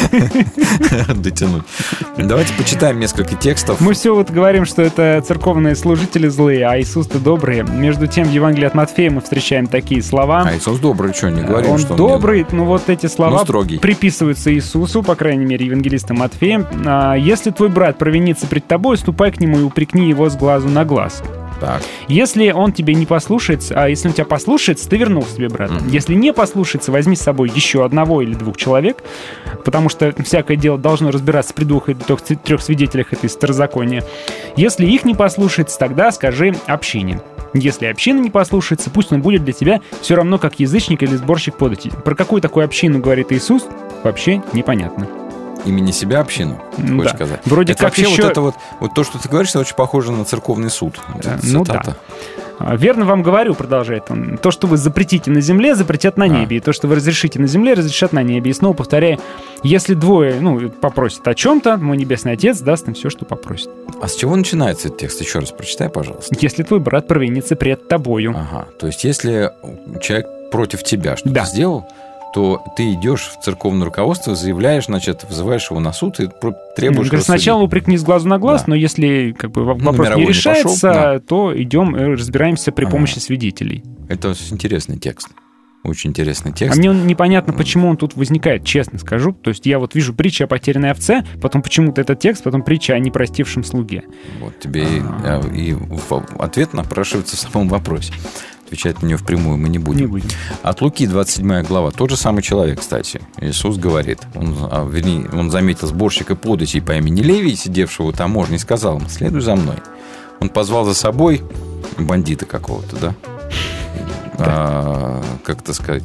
дотянуть. Давайте почитаем несколько текстов. Мы все вот говорим, что это церковные служители злые, а Иисус-то добрый. Между тем, в Евангелии от Матфея мы встречаем такие слова. А Иисус добрый, что, не говорим, он что он добрый, но вот эти слова строгий. Приписываются Иисусу, по крайней мере, евангелистом Матфеем. «Если твой брат провинится пред тобой, ступай к нему и упрекни его с глазу на глаз». Так. Если он тебе не послушается, а если он тебя послушается, ты вернул себе брата. Mm-hmm. Если не послушается, возьми с собой еще одного или двух человек, потому что всякое дело должно разбираться при двух или трех свидетелях, это из Второзакония. Если их не послушается, тогда скажи общине. Если община не послушается, пусть он будет для тебя все равно как язычник или сборщик подати. Про какую такую общину говорит Иисус, вообще непонятно. Имени себя общину, хочешь да. сказать? Вроде это как вообще еще... вот это вот, вот то, что ты говоришь, это очень похоже на церковный суд. Да, ну да. Верно вам говорю, продолжает он, то, что вы запретите на земле, запретят на небе. А. И то, что вы разрешите на земле, разрешат на небе. И снова повторяю, если двое ну, попросят о чем-то, мой Небесный Отец даст им все, что попросит. А с чего начинается этот текст? Еще раз прочитай, пожалуйста. Если твой брат провинится пред тобою. Ага, то есть если человек против тебя что-то да. сделал, то ты идешь в церковное руководство, заявляешь, значит, вызываешь его на суд и требуешь... Ну, сначала упрекни с глазу на глаз, да. но если как бы, вопрос ну, не решается, не пошел, да. то идем и разбираемся при помощи а, свидетелей. Это интересный текст. Очень интересный текст. А мне непонятно, почему он тут возникает, честно скажу. То есть я вот вижу притчу о потерянной овце, потом почему-то этот текст, потом притча о непростившем слуге. Вот тебе А-а-а. и, и ответ напрашивается в самом вопросе. Отвечать на нее впрямую мы не будем. Не будем. От Луки, двадцать седьмая глава. Тот же самый человек, кстати. Иисус говорит. Он, а, вернее, он заметил сборщика податей по имени Левий, сидевшего у таможни, и сказал ему: следуй за мной. Он позвал за собой бандита какого-то, да? да. А, как это сказать?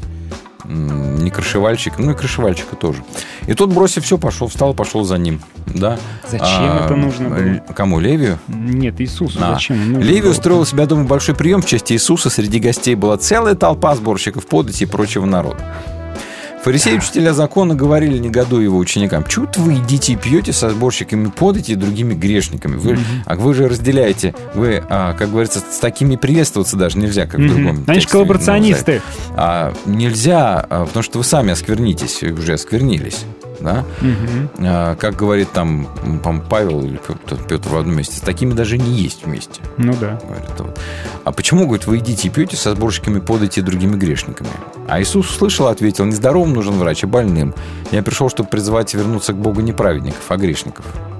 Не крышевальщик, ну и крышевальщика тоже. И тот, бросив все, пошел, встал, пошел за ним. Да? Зачем а, это нужно было? Кому, Левию? Нет, Иисусу. А. Зачем? Левий устроил у себя дома большой прием в честь Иисуса. Среди гостей была целая толпа сборщиков подати и прочего народа. Фарисеи и учителя закона говорили, негодуя его ученикам: чуть вы едите и пьете со сборщиками подати и другими грешниками. Вы, mm-hmm. А вы же разделяете. Вы, а, как говорится, с такими приветствоваться даже нельзя, как mm-hmm. в другом тексте. Они же коллаборационисты. А, нельзя, а, потому что вы сами осквернитесь, уже осквернились. Да? Mm-hmm. А, как говорит там, там Павел или Петр в одном месте, с такими даже не есть вместе. Ну да. Говорит, вот. А почему, говорит, вы едите и пьете со сборщиками подати и другими грешниками? А Иисус услышал, ответил: нездоровым нужен врач, а больным. Я пришел, чтобы призывать вернуться к Богу не праведников, а грешников.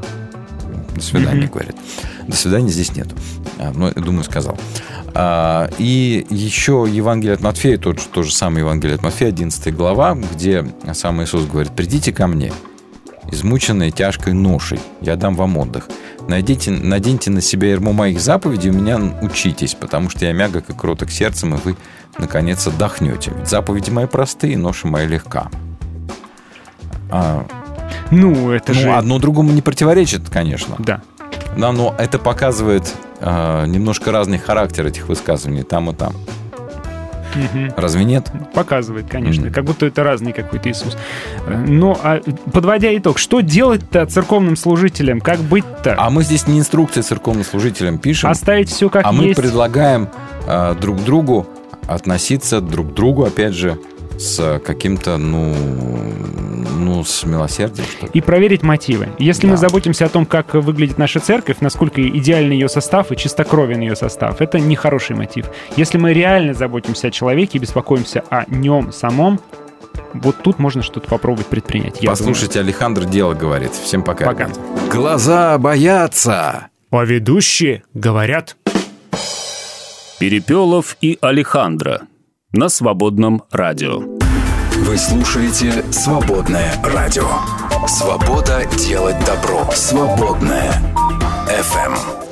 До свидания, mm-hmm. говорит. До свидания здесь нету. А, ну, думаю, сказал. А, и еще Евангелие от Матфея, тот, то же самое Евангелие от Матфея, одиннадцатая глава, где сам Иисус говорит: придите ко мне, измученные тяжкой ношей, я дам вам отдых. Найдите, наденьте на себя ярмо моих заповедей, у меня учитесь, потому что я мягок и кроток сердцем, и вы, наконец, отдохнете. Ведь заповеди мои простые, ноша моя легка. А, ну, это ну, же... одно другому не противоречит, конечно. Да. Да, но это показывает а, немножко разный характер этих высказываний там и там. Угу. Разве нет? Показывает, конечно. Mm. Как будто это разный какой-то Иисус. Ну, а подводя итог, что делать-то церковным служителям? Как быть-то? А мы здесь не инструкции церковным служителям пишем. Оставить все как а есть. А мы предлагаем а, друг другу относиться друг к другу, опять же, с каким-то, ну, ну, с милосердием, что ли. И проверить мотивы. Если да. мы заботимся о том, как выглядит наша церковь, насколько идеальный ее состав и чистокровен ее состав, это не хороший мотив. Если мы реально заботимся о человеке и беспокоимся о нем самом, вот тут можно что-то попробовать предпринять. Послушайте, Алехандро дело говорит. Всем пока. Пока. Глаза боятся, а ведущие говорят. Перепелов и Алехандро на Свободном радио. Вы слушаете «Свободное радио». Свобода делать добро. Свободное эф эм.